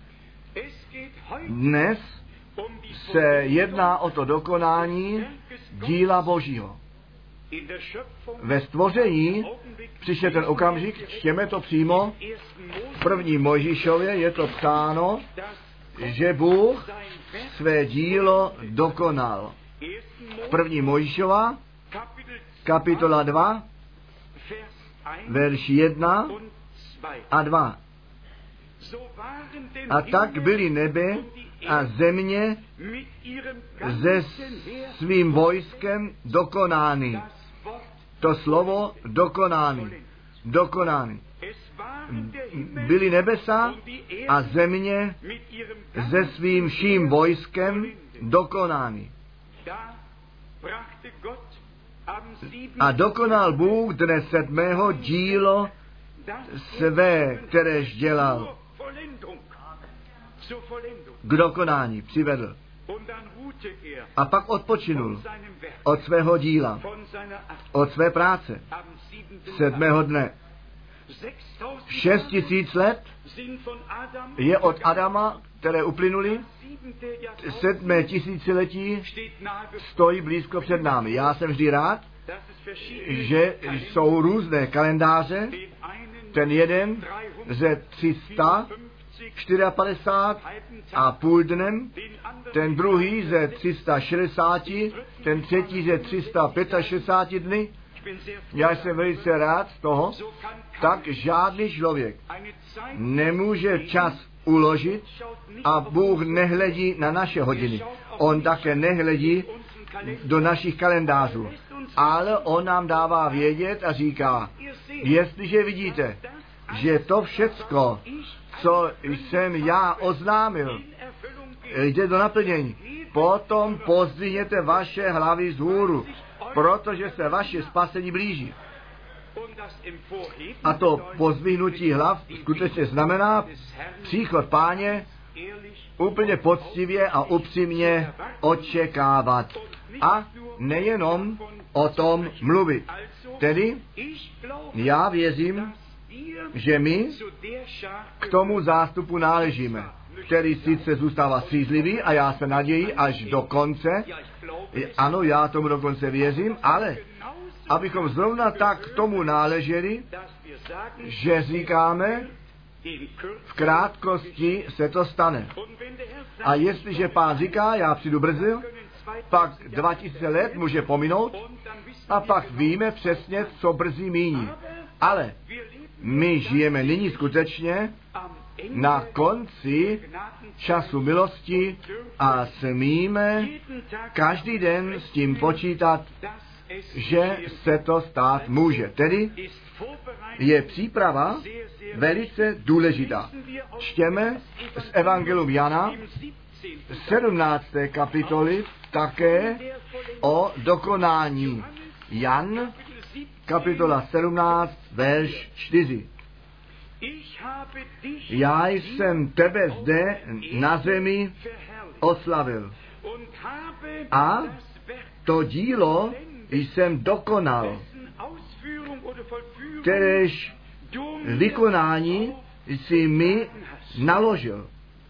Dnes se jedná o to dokonání díla Božího. Ve stvoření přišel ten okamžik, čtěme to přímo, v 1. Mojžíšově je to psáno, že Bůh své dílo dokonal. 1. Mojžíšova, kapitola 2, verš 1 a 2. A tak byly nebe a země se svým vojskem dokonány. To slovo dokonány. Byly nebesa a země se svým vším vojskem dokonány. A dokonal Bůh dne 7. dílo své, kteréž dělal. K dokonání přivedl. A pak odpočinul od svého díla, od své práce. 7. dne. 6 000 let je od Adama, které uplynuli. 7. tisíciletí stojí blízko před námi. Já jsem vždy rád, že jsou různé kalendáře. Ten jeden ze 354 a půl dnem, ten druhý ze 360, ten třetí ze 365 dny. Já jsem velice rád z toho, tak žádný člověk nemůže čas uložit a Bůh nehledí na naše hodiny. On také nehledí do našich kalendářů. Ale on nám dává vědět a říká, jestliže vidíte, že to všecko, co jsem já oznámil, jde do naplnění, potom pozdvihněte vaše hlavy vzhůru, protože se vaše spasení blíží. A to pozdvihnutí hlav skutečně znamená příchod Páně úplně poctivě a upřímně očekávat. A nejenom o tom mluvit. Tedy já věřím, že my k tomu zástupu náležíme, který sice zůstává střízlivý a já se naději až do konce, ano, já tomu dokonce věřím, ale abychom zrovna tak k tomu náleželi, že říkáme, v krátkosti se to stane. A jestliže Pán říká, já přijdu brzy, pak 2000 let může pominout a pak víme přesně, co brzy míní. Ale my žijeme nyní skutečně na konci času milosti a smíme každý den s tím počítat, že se to stát může. Tedy je příprava velice důležitá. Čtěme z Evangelium Jana 17. kapitoly také o dokonání. Jan kapitola 17, verš 4. Já jsem tebe zde na zemi oslavil a to dílo jsem dokonal, kteréž vykonání jsi mi naložil.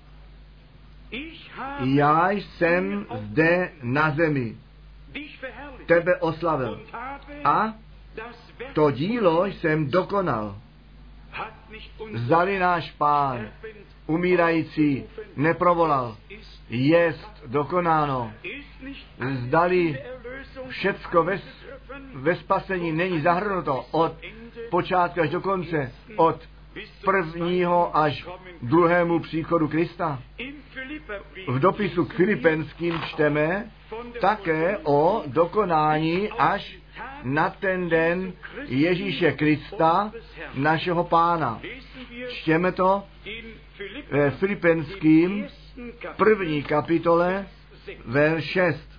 Já jsem zde na zemi tebe oslavil a to dílo jsem dokonal. Zdali náš Pán umírající neprovolal, jest dokonáno. Zdali všecko ve spasení není zahrnuto od počátku až do konce, od prvního až druhému příchodu Krista. V dopisu k Filipenským čteme také o dokonání až na ten den Ježíše Krista, našeho Pána. Čteme to ve Filipenským 1. kapitole, verš 6.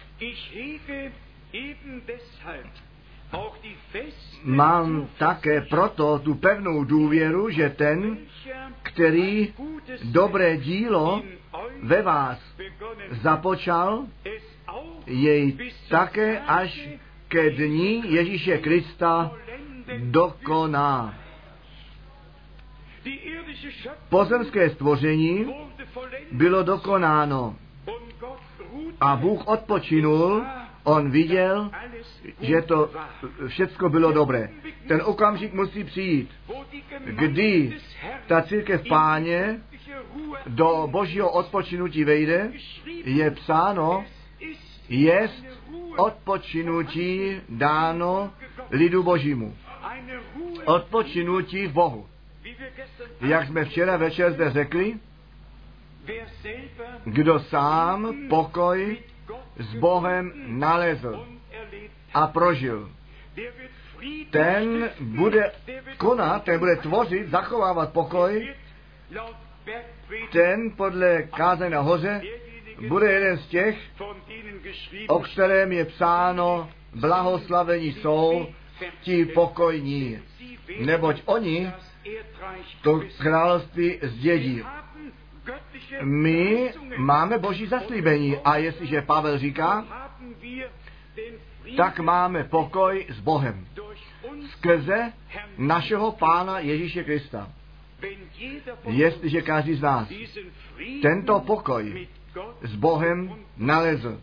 Mám také proto tu pevnou důvěru, že ten, který dobré dílo ve vás započal, jej také až ke dni Ježíše Krista dokoná. Pozemské stvoření bylo dokonáno a Bůh odpočinul, on viděl, že to všecko bylo dobré. Ten okamžik musí přijít, kdy ta církev Páně do božího odpočinutí vejde, je psáno, jest odpočinutí dáno lidu božímu. Odpočinutí v Bohu. Jak jsme včera večer zde řekli, kdo sám pokoj s Bohem nalezl a prožil, ten bude konat, ten bude tvořit, zachovávat pokoj, ten podle kázání na hoře bude jeden z těch, o kterém je psáno, blahoslavení jsou ti pokojní, neboť oni to království zdědí. My máme boží zaslíbení a jestliže Pavel říká, tak máme pokoj s Bohem skrze našeho Pána Ježíše Krista. Jestliže každý z nás tento pokoj s Bohem nalezl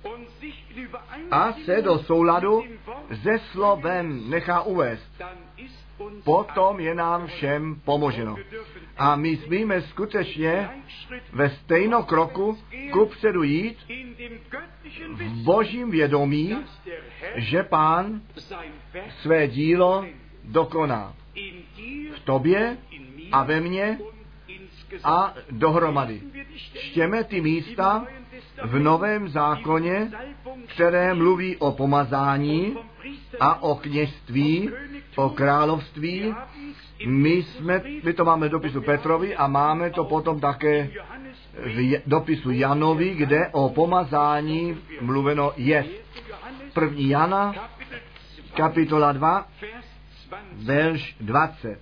a se do souladu se slovem nechá uvést, potom je nám všem pomoženo. A my smíme skutečně ve stejnokroku kupředu jít v božím vědomí, že Pán své dílo dokoná v tobě a ve mně a dohromady. Čtěme ty místa v Novém zákoně, které mluví o pomazání a o kněžství, o království. My to máme v dopisu Petrovi a máme to potom také v dopisu Janovi, kde o pomazání mluveno je. 1. Jana, kapitola 2, verš 20.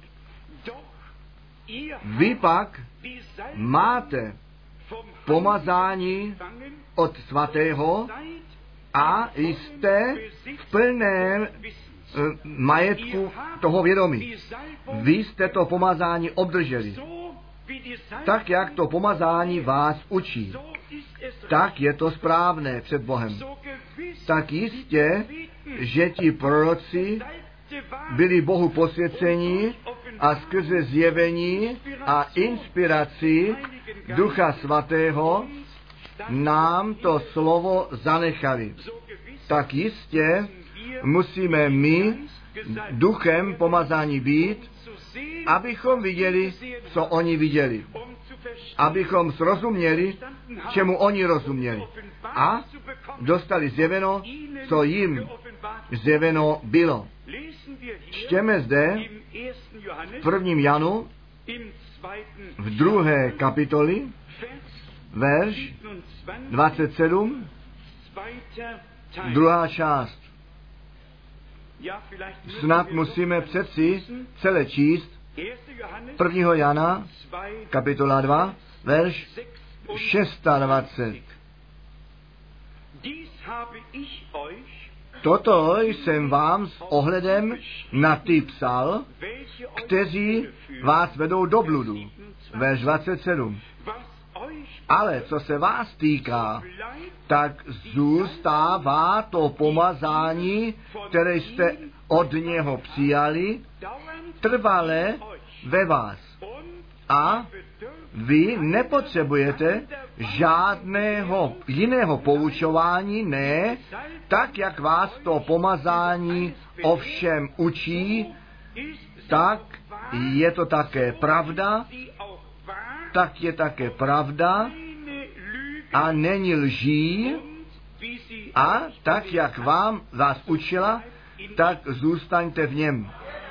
Vy pak máte pomazání od svatého a jste v plném majetku toho vědomí. Vy jste to pomazání obdrželi. Tak, jak to pomazání vás učí. Tak je to správné před Bohem. Tak jistě, že ti proroci byli Bohu posvěceni a skrze zjevení a inspiraci Ducha Svatého nám to slovo zanechali. Tak jistě musíme my duchem pomazání být, abychom viděli, co oni viděli. Abychom srozuměli, čemu oni rozuměli. A dostali zjeveno, co jim zjeveno bylo. Čtěme zde v 1. Janu, v 2. kapitoli, verš 27, druhá část. Snad musíme přeci celé číst 1. Jana, kapitola 2, verš 26. Toto jsem vám s ohledem na ty psal, kteří vás vedou do bludu. Verš 27. Ale co se vás týká, tak zůstává to pomazání, které jste od něho přijali, trvale ve vás. A vy nepotřebujete žádného jiného poučování, ne, tak jak vás to pomazání ovšem učí, tak je to také pravda, tak je také pravda a není lží a tak jak vás učila, tak zůstaňte v něm.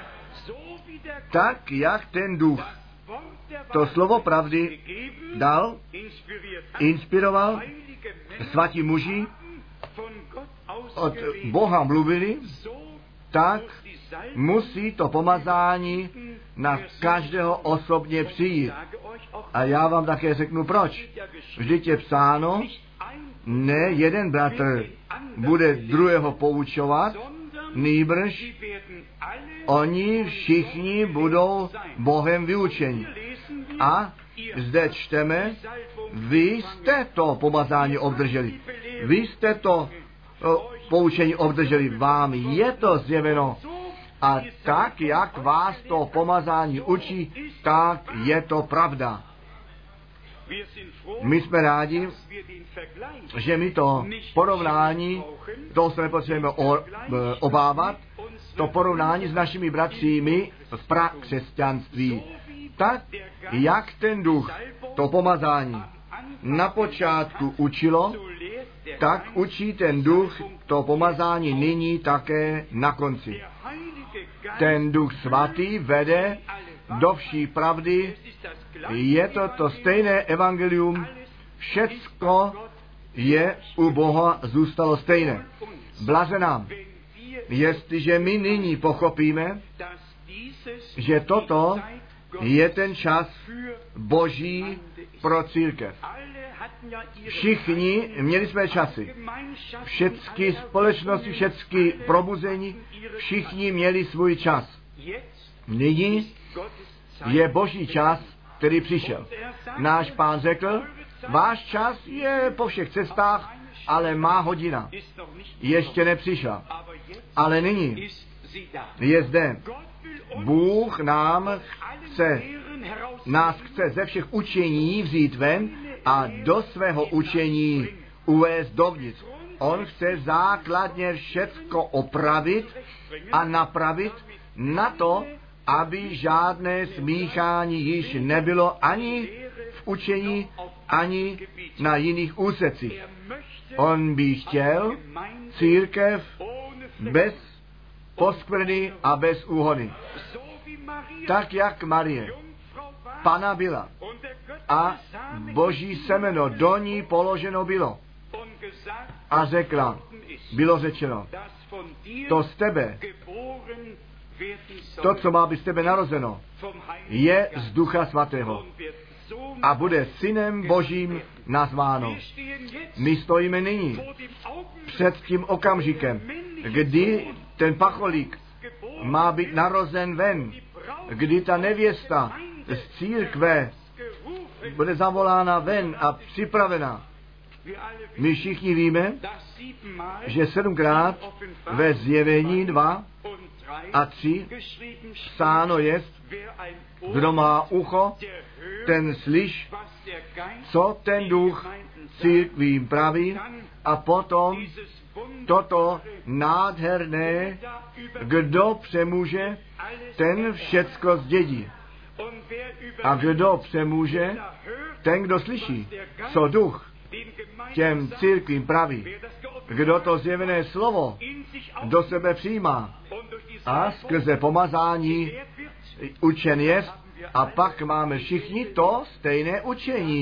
Tak jak ten duch to slovo pravdy dal, inspiroval, svatí muži od Boha mluvili, tak musí to pomazání na každého osobně přijít. A já vám také řeknu proč. Vždyť je psáno, ne jeden bratr bude druhého poučovat, nýbrž oni všichni budou Bohem vyučeni. A zde čteme, vy jste to pomazání obdrželi. Vy jste to poučení obdrželi. Vám je to zjeveno. A tak, jak vás to pomazání učí, tak je to pravda. My jsme rádi, že my to porovnání, toho se nepotřebujeme obávat, to porovnání s našimi bratřími v prakřesťanství. Tak, jak ten duch to pomazání na počátku učilo, tak učí ten duch to pomazání nyní také na konci. Ten duch svatý vede do vší pravdy, je to stejné evangelium, všecko je u Boha zůstalo stejné. Blaze nám, jestliže my nyní pochopíme, že toto je ten čas Boží pro církev. Všichni měli své časy. Všechny společnosti, všechny probuzení, všichni měli svůj čas. Nyní je Boží čas, který přišel. Náš Pán řekl, váš čas je po všech cestách, ale má hodina ještě nepřišla. Ale nyní je zde. Bůh nás chce ze všech učení vzít ven a do svého učení uvést dovnitř. On chce základně všecko opravit a napravit na to, aby žádné smíchání již nebylo ani v učení, ani na jiných úsecích. On by chtěl církev bez poskvrny a bez úhony. Tak jak Marie, Pana byla a Boží semeno do ní položeno bylo. A řekla, bylo řečeno, to z tebe, to, co má být z tebe narozeno, je z Ducha Svatého a bude synem Božím nazváno. My stojíme nyní před tím okamžikem, kdy ten pacholík má být narozen ven, kdy ta nevěsta z církve bude zavolána ven a připravena. My všichni víme, že 7krát ve Zjevení 2 a 3 psáno jest, kdo má ucho, ten slyš, co ten duch církvím praví, a potom toto nádherné, kdo přemůže, ten všecko zdědí. A kdo přemůže, ten, kdo slyší, co duch těm církvím praví. Kdo to zjevené slovo do sebe přijímá a skrze pomazání učen jest, a pak máme všichni to stejné učení.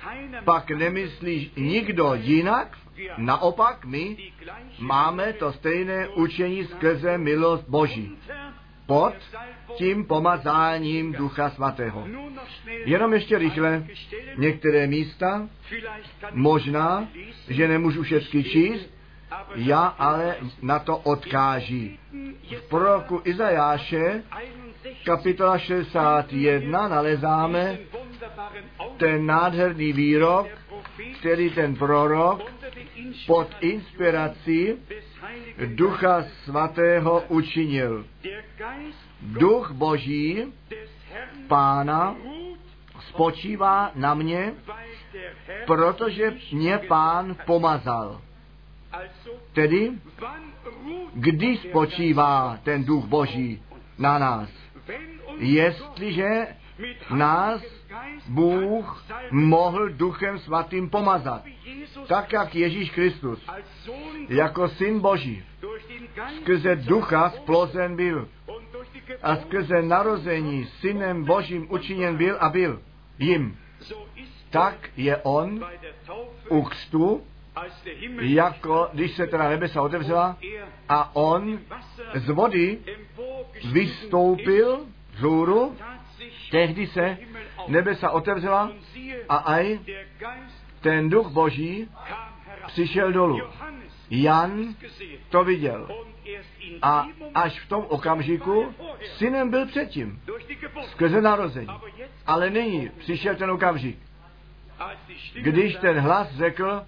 pak nemyslí nikdo jinak, naopak my máme to stejné učení skrze milost Boží. Pod tím pomazáním Ducha Svatého. Jenom ještě rychle některé místa, možná, že nemůžu všechny číst, já ale na to odkáží. V proroku Izajáše, kapitola 61, nalezáme ten nádherný výrok, který ten prorok pod inspirací Ducha Svatého učinil. Duch Boží, Pána, spočívá na mě, protože mě Pán pomazal. Tedy, kdy spočívá ten Duch Boží na nás? Jestliže nás Bůh mohl Duchem Svatým pomazat, tak jak Ježíš Kristus, jako Syn Boží, skrze Ducha splozen byl a skrze narození Synem Božím učiněn byl a byl jim. Tak je on u křtu, jako když se teda nebesa otevřela a on z vody vystoupil vzhůru, tehdy se nebesa otevřela a aj ten Duch Boží přišel dolů. Jan to viděl. A až v tom okamžiku synem byl předtím, skrze narození. Ale nyní přišel ten okamžik, když ten hlas řekl,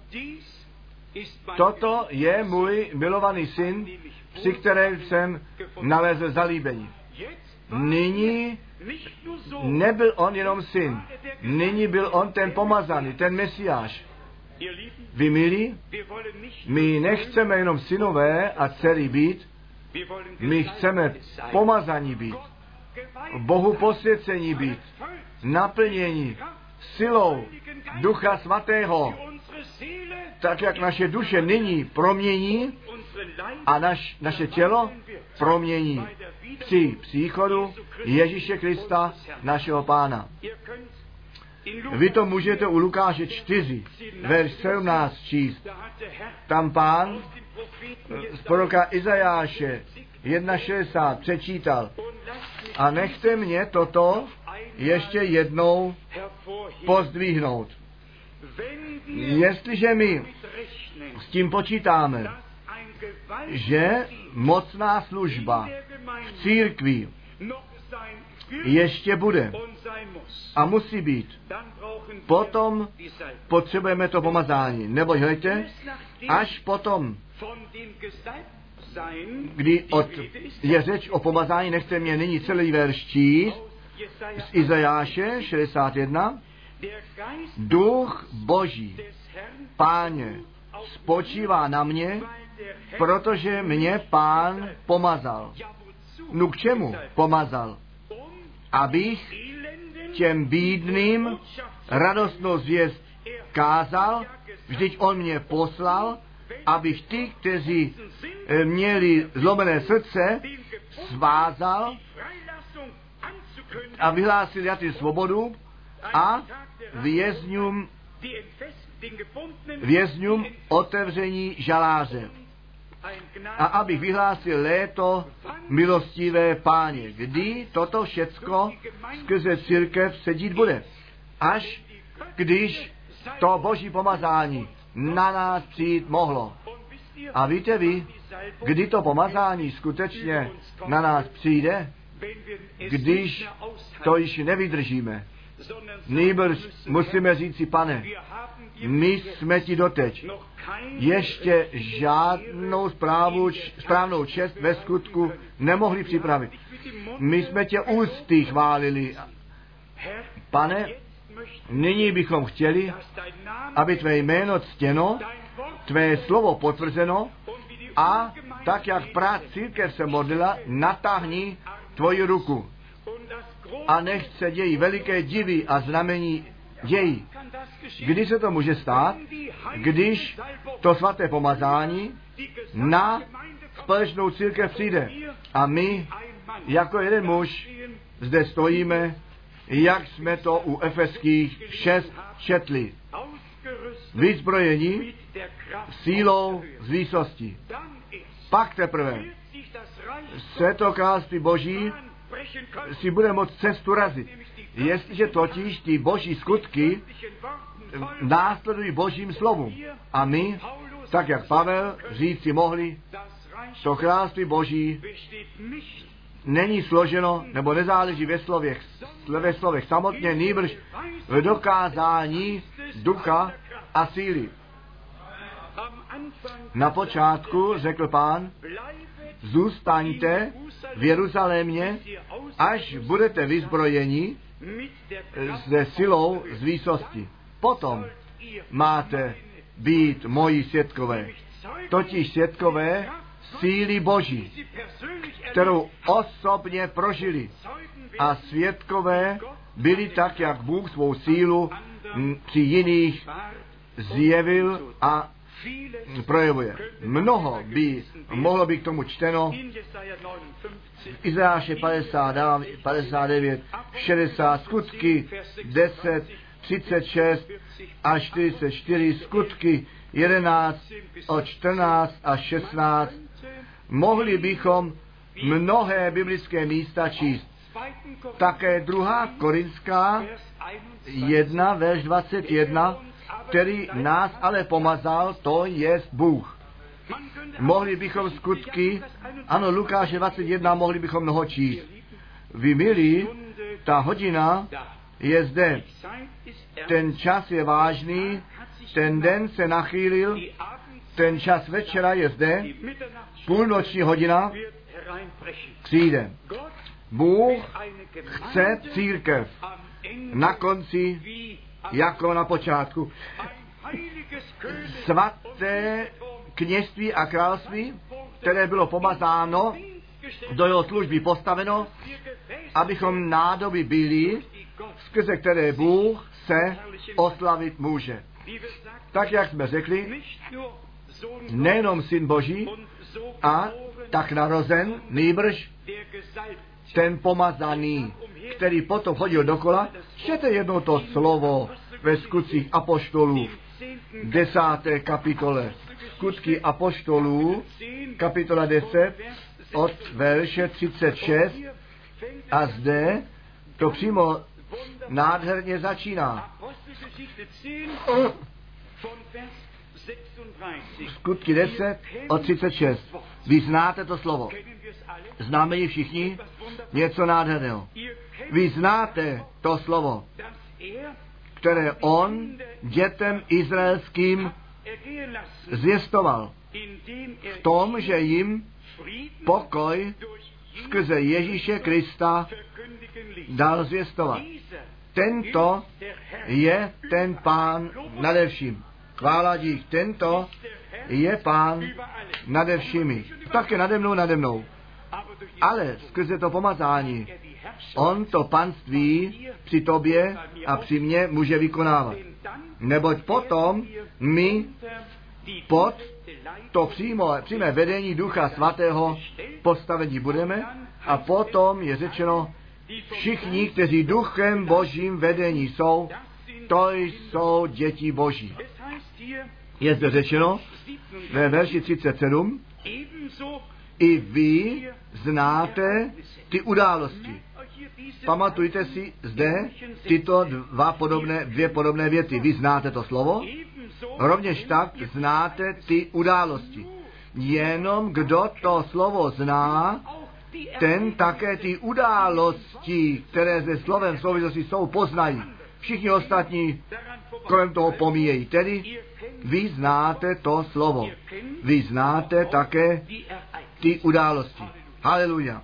toto je můj milovaný syn, při kterém jsem nalezl zalíbení. Nyní nebyl on jenom syn, nyní byl on ten pomazaný, ten Mesiáš. Vy milí, my nechceme jenom synové a dcery být, my chceme pomazaní být, Bohu posvěcení být, naplnění silou Ducha Svatého, tak jak naše duše nyní promění a naše tělo promění při příchodu Ježíše Krista, našeho Pána. Vy to můžete u Lukáše 4, verš 17 číst. Tam Pán z proroka Izajáše 1,60 přečítal. A nechte mě toto ještě jednou pozdvihnout. Jestliže my s tím počítáme, že mocná služba v církvi ještě bude a musí být, potom potřebujeme to pomazání. Neboť hleďte, až potom, kdy je řeč o pomazání, nechte mě nyní celý verš číst z Izajáše 61. Duch Boží, Páně, spočívá na mě, protože mě Pán pomazal. No k čemu pomazal? Abych těm bídným radostnou zvěst kázal, vždyť on mě poslal, abych ty, kteří měli zlomené srdce, svázal a vyhlásil jaty svobodu a vězňům otevření žaláře. A abych vyhlásil léto milostivé Páně. Kdy toto všecko skrze církev se dít bude? Až když to Boží pomazání na nás přijít mohlo. A víte vy, kdy to pomazání skutečně na nás přijde? Když to již nevydržíme. Nýbrž musíme říci, Pane, my jsme ti doteď ještě žádnou správnou čest ve skutku nemohli připravit. My jsme tě ústy chválili. Pane, nyní bychom chtěli, aby tvé jméno ctěno, tvé slovo potvrzeno a tak, jak církev se modlila, natáhni tvoji ruku. A nech se dějí veliké divy a znamení dějí. Kdy se to může stát? Když to svaté pomazání na společnou církev přijde. A my, jako jeden muž, zde stojíme jak jsme to u Efeských 6 četli. Vyzbrojení sílou z výsosti. Pak teprve se to království Boží si bude moct cestu razit. Jestliže totiž ty boží skutky následují božím slovu. A my, tak jak Pavel říci mohli, to království Boží není složeno, nebo nezáleží ve slovech samotně, nýbrž v dokázání ducha a síly. Na počátku řekl Pán, zůstaňte v Jeruzalémě, až budete vyzbrojeni se silou z výsosti. Potom máte být moji svědkové, totiž svědkové síly Boží, kterou osobně prožili. A svědkové byli tak, jak Bůh svou sílu při jiných zjevil a projevuje. Mohlo by k tomu čteno Izajáše 59, 60, skutky 10, 36 až 44, skutky 11 od 14 až 16. Mohli bychom mnohé biblické místa číst. Také 2. Korintská 1, verš 21, který nás ale pomazal, to je Bůh. Mohli bychom skutky, ano, Lukáše 21, mohli bychom mnoho číst. Vy milí, ta hodina je zde. Ten čas je vážný, ten den se nachýlil, ten čas večera je zde, půlnoční hodina přijde. Bůh chce církev na konci, jako na počátku. Svaté kněžství a království, které bylo pomazáno, do jeho služby postaveno, abychom nádoby byli, skrze které Bůh se oslavit může. Tak, jak jsme řekli, nejenom Syn Boží a tak narozen, nýbrž ten pomazaný, který potom chodil dokola. Čtěte jedno to slovo ve skutcích apoštolů, 10. kapitole. Skutky apoštolů, kapitola 10, od verše 36, a zde to přímo nádherně začíná. Skutky 10 od 36. Vy znáte to slovo. Známe ji všichni? Něco nádherného. Vy znáte to slovo, které on dětem izraelským zvěstoval. V tom, že jim pokoj skrze Ježíše Krista dal zvěstovat. Tento je ten Pán nade vším. Chvála dík, tento je Pán nade všemi. Také nade mnou. Ale skrze to pomazání, on to panství při tobě a při mně může vykonávat. Neboť potom my pod to přímé vedení Ducha Svatého postavení budeme, a potom je řečeno, všichni, kteří Duchem Božím vedení jsou, to jsou děti Boží. Je zde řečeno ve verši 37, i vy znáte ty události. Pamatujte si zde tyto dvě podobné věty. Vy znáte to slovo, rovněž tak znáte ty události. Jenom kdo to slovo zná, ten také ty události, které se slovem v souvislosti jsou, poznají. Všichni ostatní kolem toho pomíjejí. Tedy vy znáte to slovo. Vy znáte také ty události. Haleluja.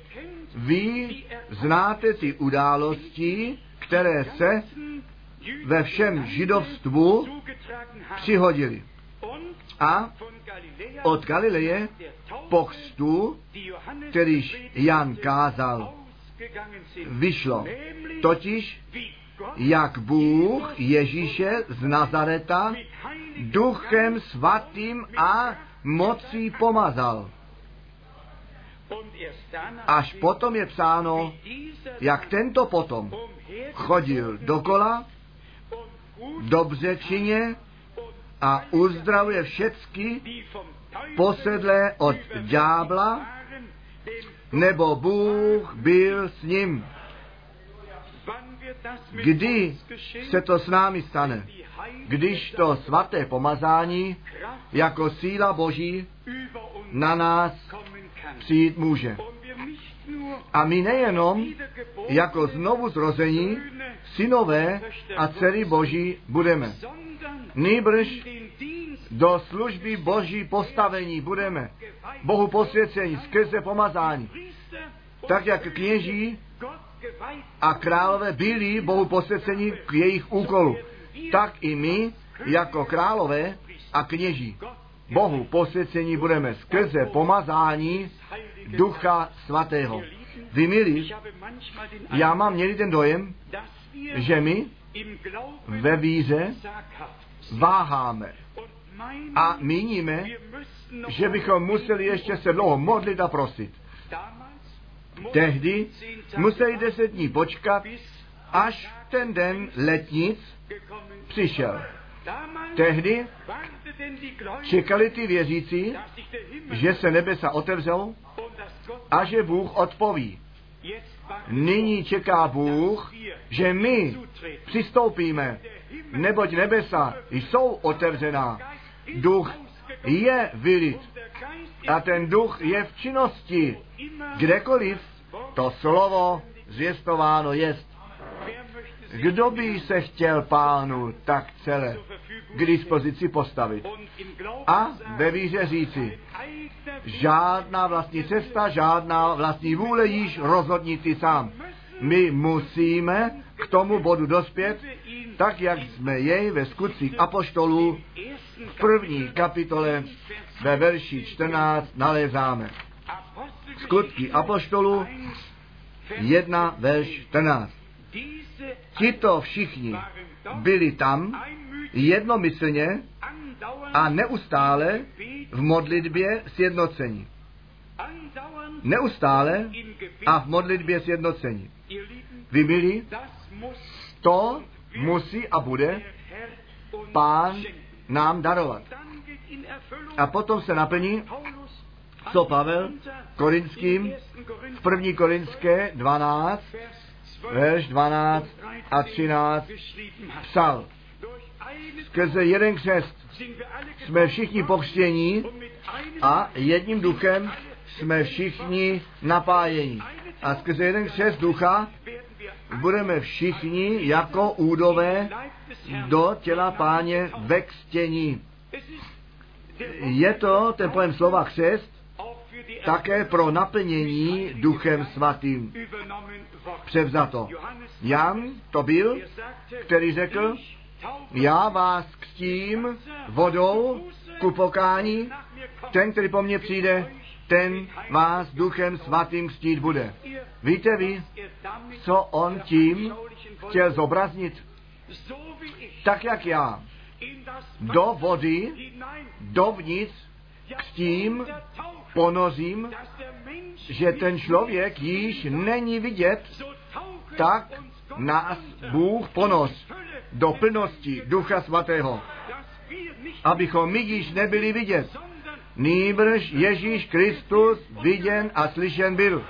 Vy znáte ty události, které se ve všem židovstvu přihodily. A od Galileje po křtu, kterýž Jan kázal, vyšlo. Totiž, jak Bůh Ježíše z Nazareta Duchem Svatým a mocí pomazal. Až potom je psáno, jak tento potom chodil dokola, dobře čině a uzdravuje všecky posedlé od ďábla, nebo Bůh byl s ním. Kdy se to s námi stane? Když to svaté pomazání jako síla Boží na nás přijít může. A my nejenom jako znovu zrození synové a dcery Boží budeme, nýbrž do služby Boží postavení budeme, Bohu posvěcení skrze pomazání. Tak jak kněží a králové byli Bohu posvěcení k jejich úkolu, tak i my jako králové a kněží Bohu posvěcení budeme skrze pomazání Ducha Svatého. Vy milí, já mám někdy ten dojem, že my ve víře váháme a míníme, že bychom museli ještě se dlouho modlit a prosit. Tehdy museli 10 dní počkat, až ten den letnic přišel. Tehdy čekali ty věřící, že se nebesa otevřou a že Bůh odpoví. Nyní čeká Bůh, že my přistoupíme, neboť nebesa jsou otevřená. Duch je vylit a ten duch je v činnosti, kdekoliv to slovo zvěstováno jest. Kdo by se chtěl Pánu tak celé k dispozici postavit a ve víře říci, žádná vlastní cesta, žádná vlastní vůle, již rozhodni ty sám. My musíme k tomu bodu dospět, tak jak jsme jej ve Skutcích apoštolů v 1. kapitole ve verši 14 nalézáme. Skutky apoštolů 1, verš 14. Tito všichni byli tam jednomyslně a neustále v modlitbě sjednocení. Neustále a v modlitbě sjednocení. Vy milí, to musí a bude Pán nám darovat. A potom se naplní, co Pavel Korinským v 1. Korinské 12, verš 12 a 13 psal. Skrze jeden křest jsme všichni pokřtění a jedním duchem jsme všichni napájeni. A skrze jeden křest ducha budeme všichni jako údové do těla Páně vekřtění. Je to ten pojem slova křest také pro naplnění Duchem Svatým převzato. Jan to byl, který řekl, já vás křtím vodou ku pokání, ten, který po mně přijde, ten vás Duchem Svatým křtít bude. Víte vy, co on tím chtěl zobraznit? Tak jak já do vody, dovnitř křtím, ponořím, že ten člověk již není vidět, tak nás Bůh ponoř do plnosti Ducha Svatého, abychom my již nebyli vidět, nýbrž Ježíš Kristus viděn a slyšen byl.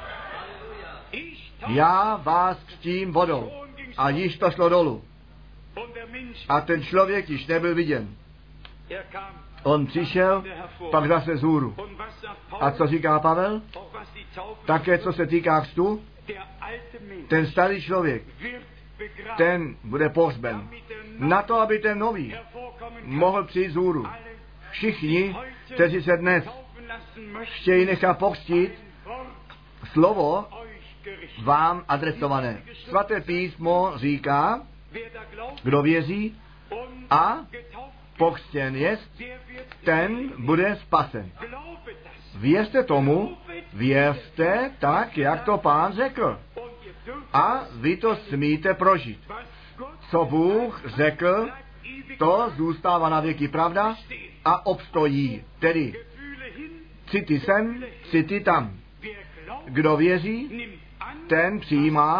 Já vás křtím vodou. A již to šlo dolů. A ten člověk již nebyl viděn. On přišel, pak zase vzhůru. A co říká Pavel? Také co se týká křtu, ten starý člověk, ten bude pohřben. Na to, aby ten nový mohl přijít vzhůru. Všichni, kteří se dnes chtějí nechat pokřtít, slovo vám adresované. Svaté písmo říká, kdo věří a pokřtěn jest, ten bude spasen. Věřte tomu, věřte tak, jak to Pán řekl. A vy to smíte prožít. Co Bůh řekl, to zůstává na věky pravda a obstojí. Tedy city sem, city tam. Kdo věří, ten přijímá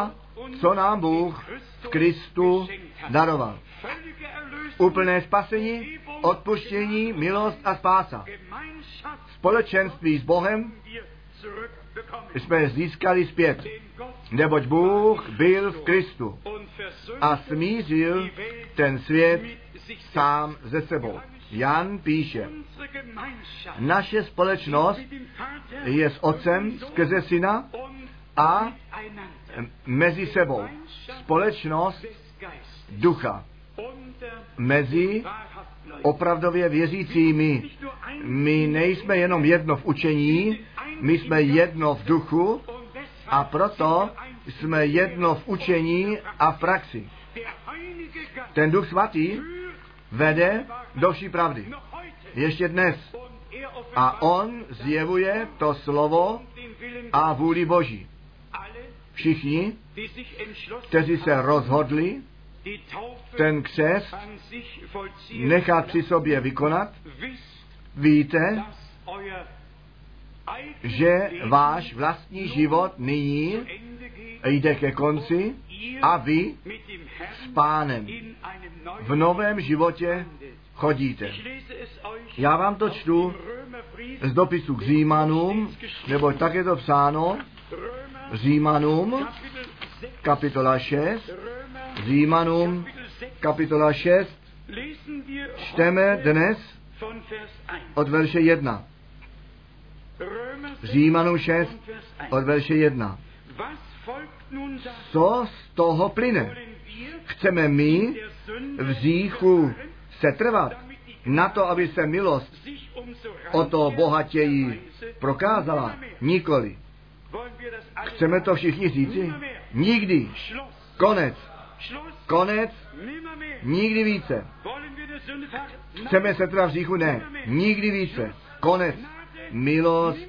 co nám Bůh v Kristu daroval. Úplné spasení, odpuštění, milost a spása. Společenství s Bohem jsme získali zpět, neboť Bůh byl v Kristu a smířil ten svět sám ze sebou. Jan píše, naše společnost je s Otcem skrze Syna a mezi sebou. Společnost Ducha. Mezi opravdově věřícími. My nejsme jenom jedno v učení, my jsme jedno v duchu a proto jsme jedno v učení a v praxi. Ten Duch Svatý vede do vší pravdy. Ještě dnes. A on zjevuje to slovo a vůli Boží. Všichni, kteří se rozhodli ten křest nechat při sobě vykonat, víte, že váš vlastní život nyní jde ke konci a vy s Pánem v novém životě chodíte. Já vám to čtu z dopisu k Římanům, nebo tak je to psáno, Římanům, kapitola 6, Římanům, kapitola 6, čteme dnes od verše 1. Římanům 6, od verše 1. Co z toho plyne? Chceme my v hříchu setrvat na to, aby se milost o to bohatěji prokázala? Nikoli. Chceme to všichni říci? Nikdy. Konec. Konec. Nikdy více. Chceme setrvat v hříchu? Ne. Nikdy více. Konec. Milost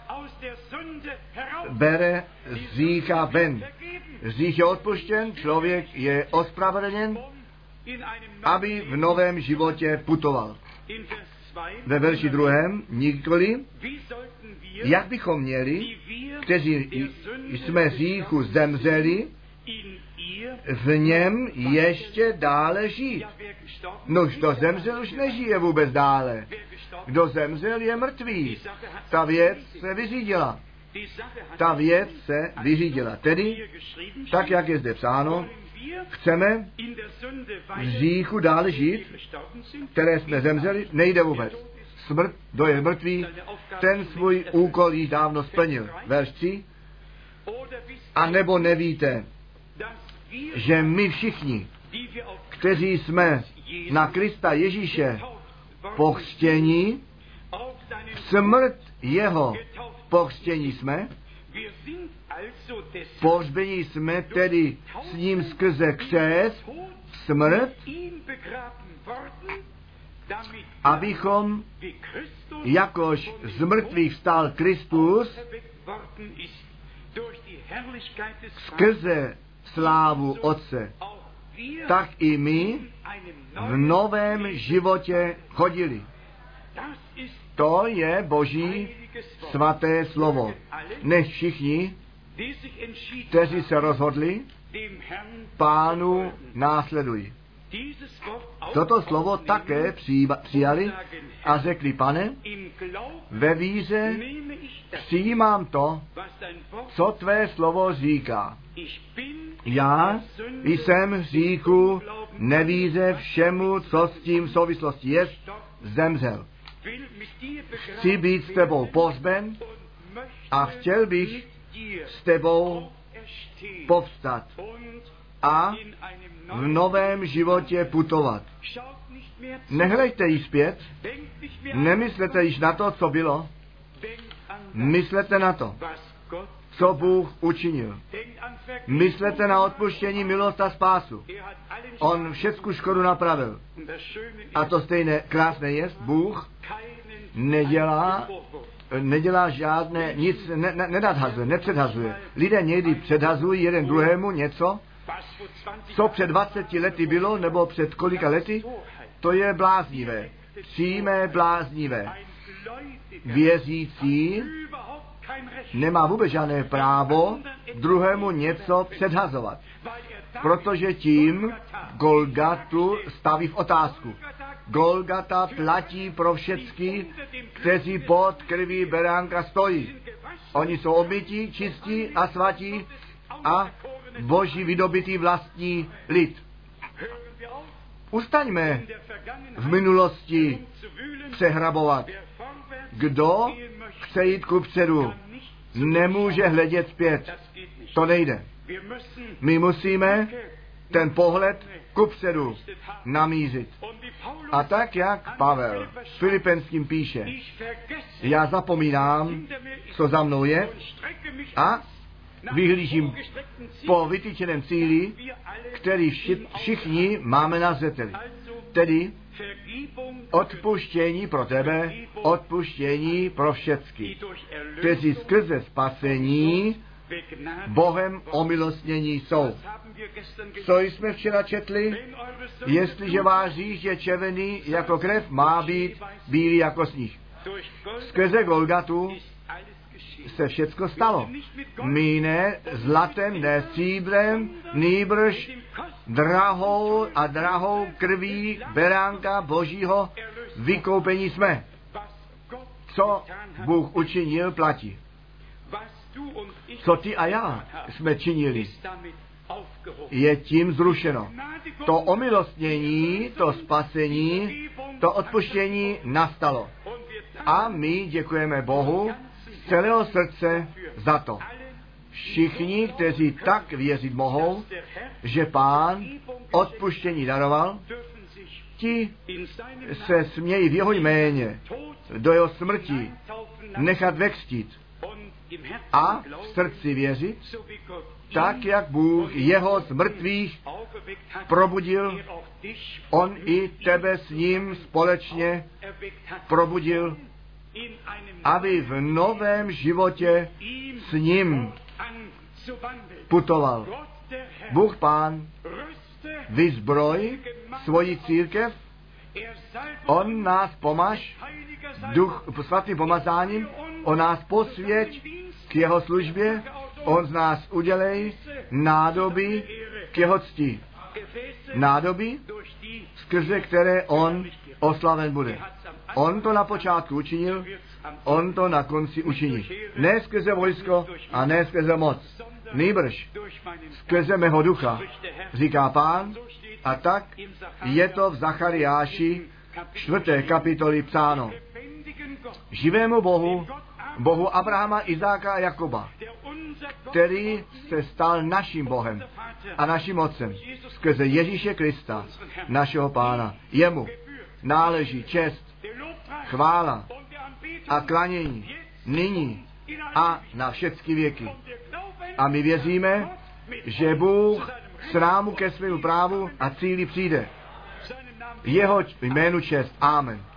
bere z hřícha ven. Hřích je odpuštěn, člověk je ospravedlněn, aby v novém životě putoval. Ve verši 2. nikoli, jak bychom měli, kteří jsme hříchu zemřeli, v něm ještě dále žít. No, kdo zemřel, už nežije vůbec dále. Kdo zemřel, je mrtvý. Ta věc se vyřídila. Ta věc se vyřídila. Tedy, tak jak je zde psáno, chceme v hříchu dále žít, které jsme zemřeli, nejde vůbec. Smrt, kdo je mrtvý, ten svůj úkol již dávno splnil. Verš 3. A nebo nevíte, že my všichni, kteří jsme na Krista Ježíše pokřtění, smrt jeho pokřtění jsme, pohřbení jsme tedy s ním skrze křest, smrt, abychom, jakož z mrtvých vstal Kristus, skrze slávu Otce, tak i my v novém životě chodili. To je Boží svaté slovo. Než všichni, kteří se rozhodli, Pánu následují. Toto slovo také přijali a řekli, Pane, ve víře přijímám to, co tvé slovo říká. Já jsem hříchu, nevíře všemu, co s tím v souvislosti je, zemřel. Chci být s tebou pohřben a chtěl bych s tebou povstat a v novém životě putovat. Nehleďte již zpět, nemyslete již na to, co bylo, myslete na to, co Bůh učinil. Myslete na odpuštění, milost a spásu. On všecku škodu napravil. A to stejné krásné je, Bůh nedělá žádné, nic nenadhazuje, nepředhazuje. Lidé někdy předhazují jeden druhému něco, co před 20 lety bylo, nebo před kolika lety, to je bláznivé. Přímé bláznivé. Věřící nemá vůbec žádné právo druhému něco předhazovat, protože tím Golgatu staví v otázku. Golgata platí pro všechny, kteří pod krví beránka stojí. Oni jsou obmytí, čistí a svatí a Boží vydobitý vlastní lid. Ustaňme v minulosti přehrabovat. Kdo chce jít kupředu, nemůže hledět zpět. To nejde. My musíme ten pohled kupředu namířit. A tak, jak Pavel Filipenským píše, já zapomínám, co za mnou je, a vyhlížím po vytyčeném cíli, který všichni máme na zřeteli. Tedy odpuštění pro tebe, odpuštění pro všechny, kteří skrze spasení Bohem omilostnění jsou. Co jsme včera četli? Jestliže váš říš je červený jako krev, má být bílý jako sníh. Skrze Golgatu se všecko stalo. My ne zlatem, ne stříbrem, nýbrž drahou krví beránka Božího vykoupení jsme. Co Bůh učinil, platí. Co ty a já jsme činili, je tím zrušeno. To omilostnění, to spasení, to odpuštění nastalo. A my děkujeme Bohu z celého srdce za to. Všichni, kteří tak věřit mohou, že Pán odpuštění daroval, ti se smějí v jeho jméně do jeho smrti nechat vekřtít a v srdci věřit, tak, jak Bůh jeho z mrtvých probudil, on i tebe s ním společně probudil, aby v novém životě s ním putoval. Bůh Pán vyzbroj svoji církev, on nás pomaž duch svatým pomazáním, on nás posvěť k jeho službě, on z nás udělej nádoby k jeho cti. Nádoby, skrze které on oslaven bude. On to na počátku učinil, on to na konci učiní. Ne skrze vojsko a ne skrze moc. Nýbrž skrze mého ducha, říká Pán, a tak je to v Zachariáši 4. kapitoli psáno. Živému Bohu, Bohu Abrahama, Izáka a Jakoba, který se stal naším Bohem a naším Otcem skrze Ježíše Krista, našeho Pána. Jemu náleží čest, chvála a klanění nyní a na všechny věky. A my věříme, že Bůh s námu ke svému právu a cíli přijde. Jeho jménu čest. Amen.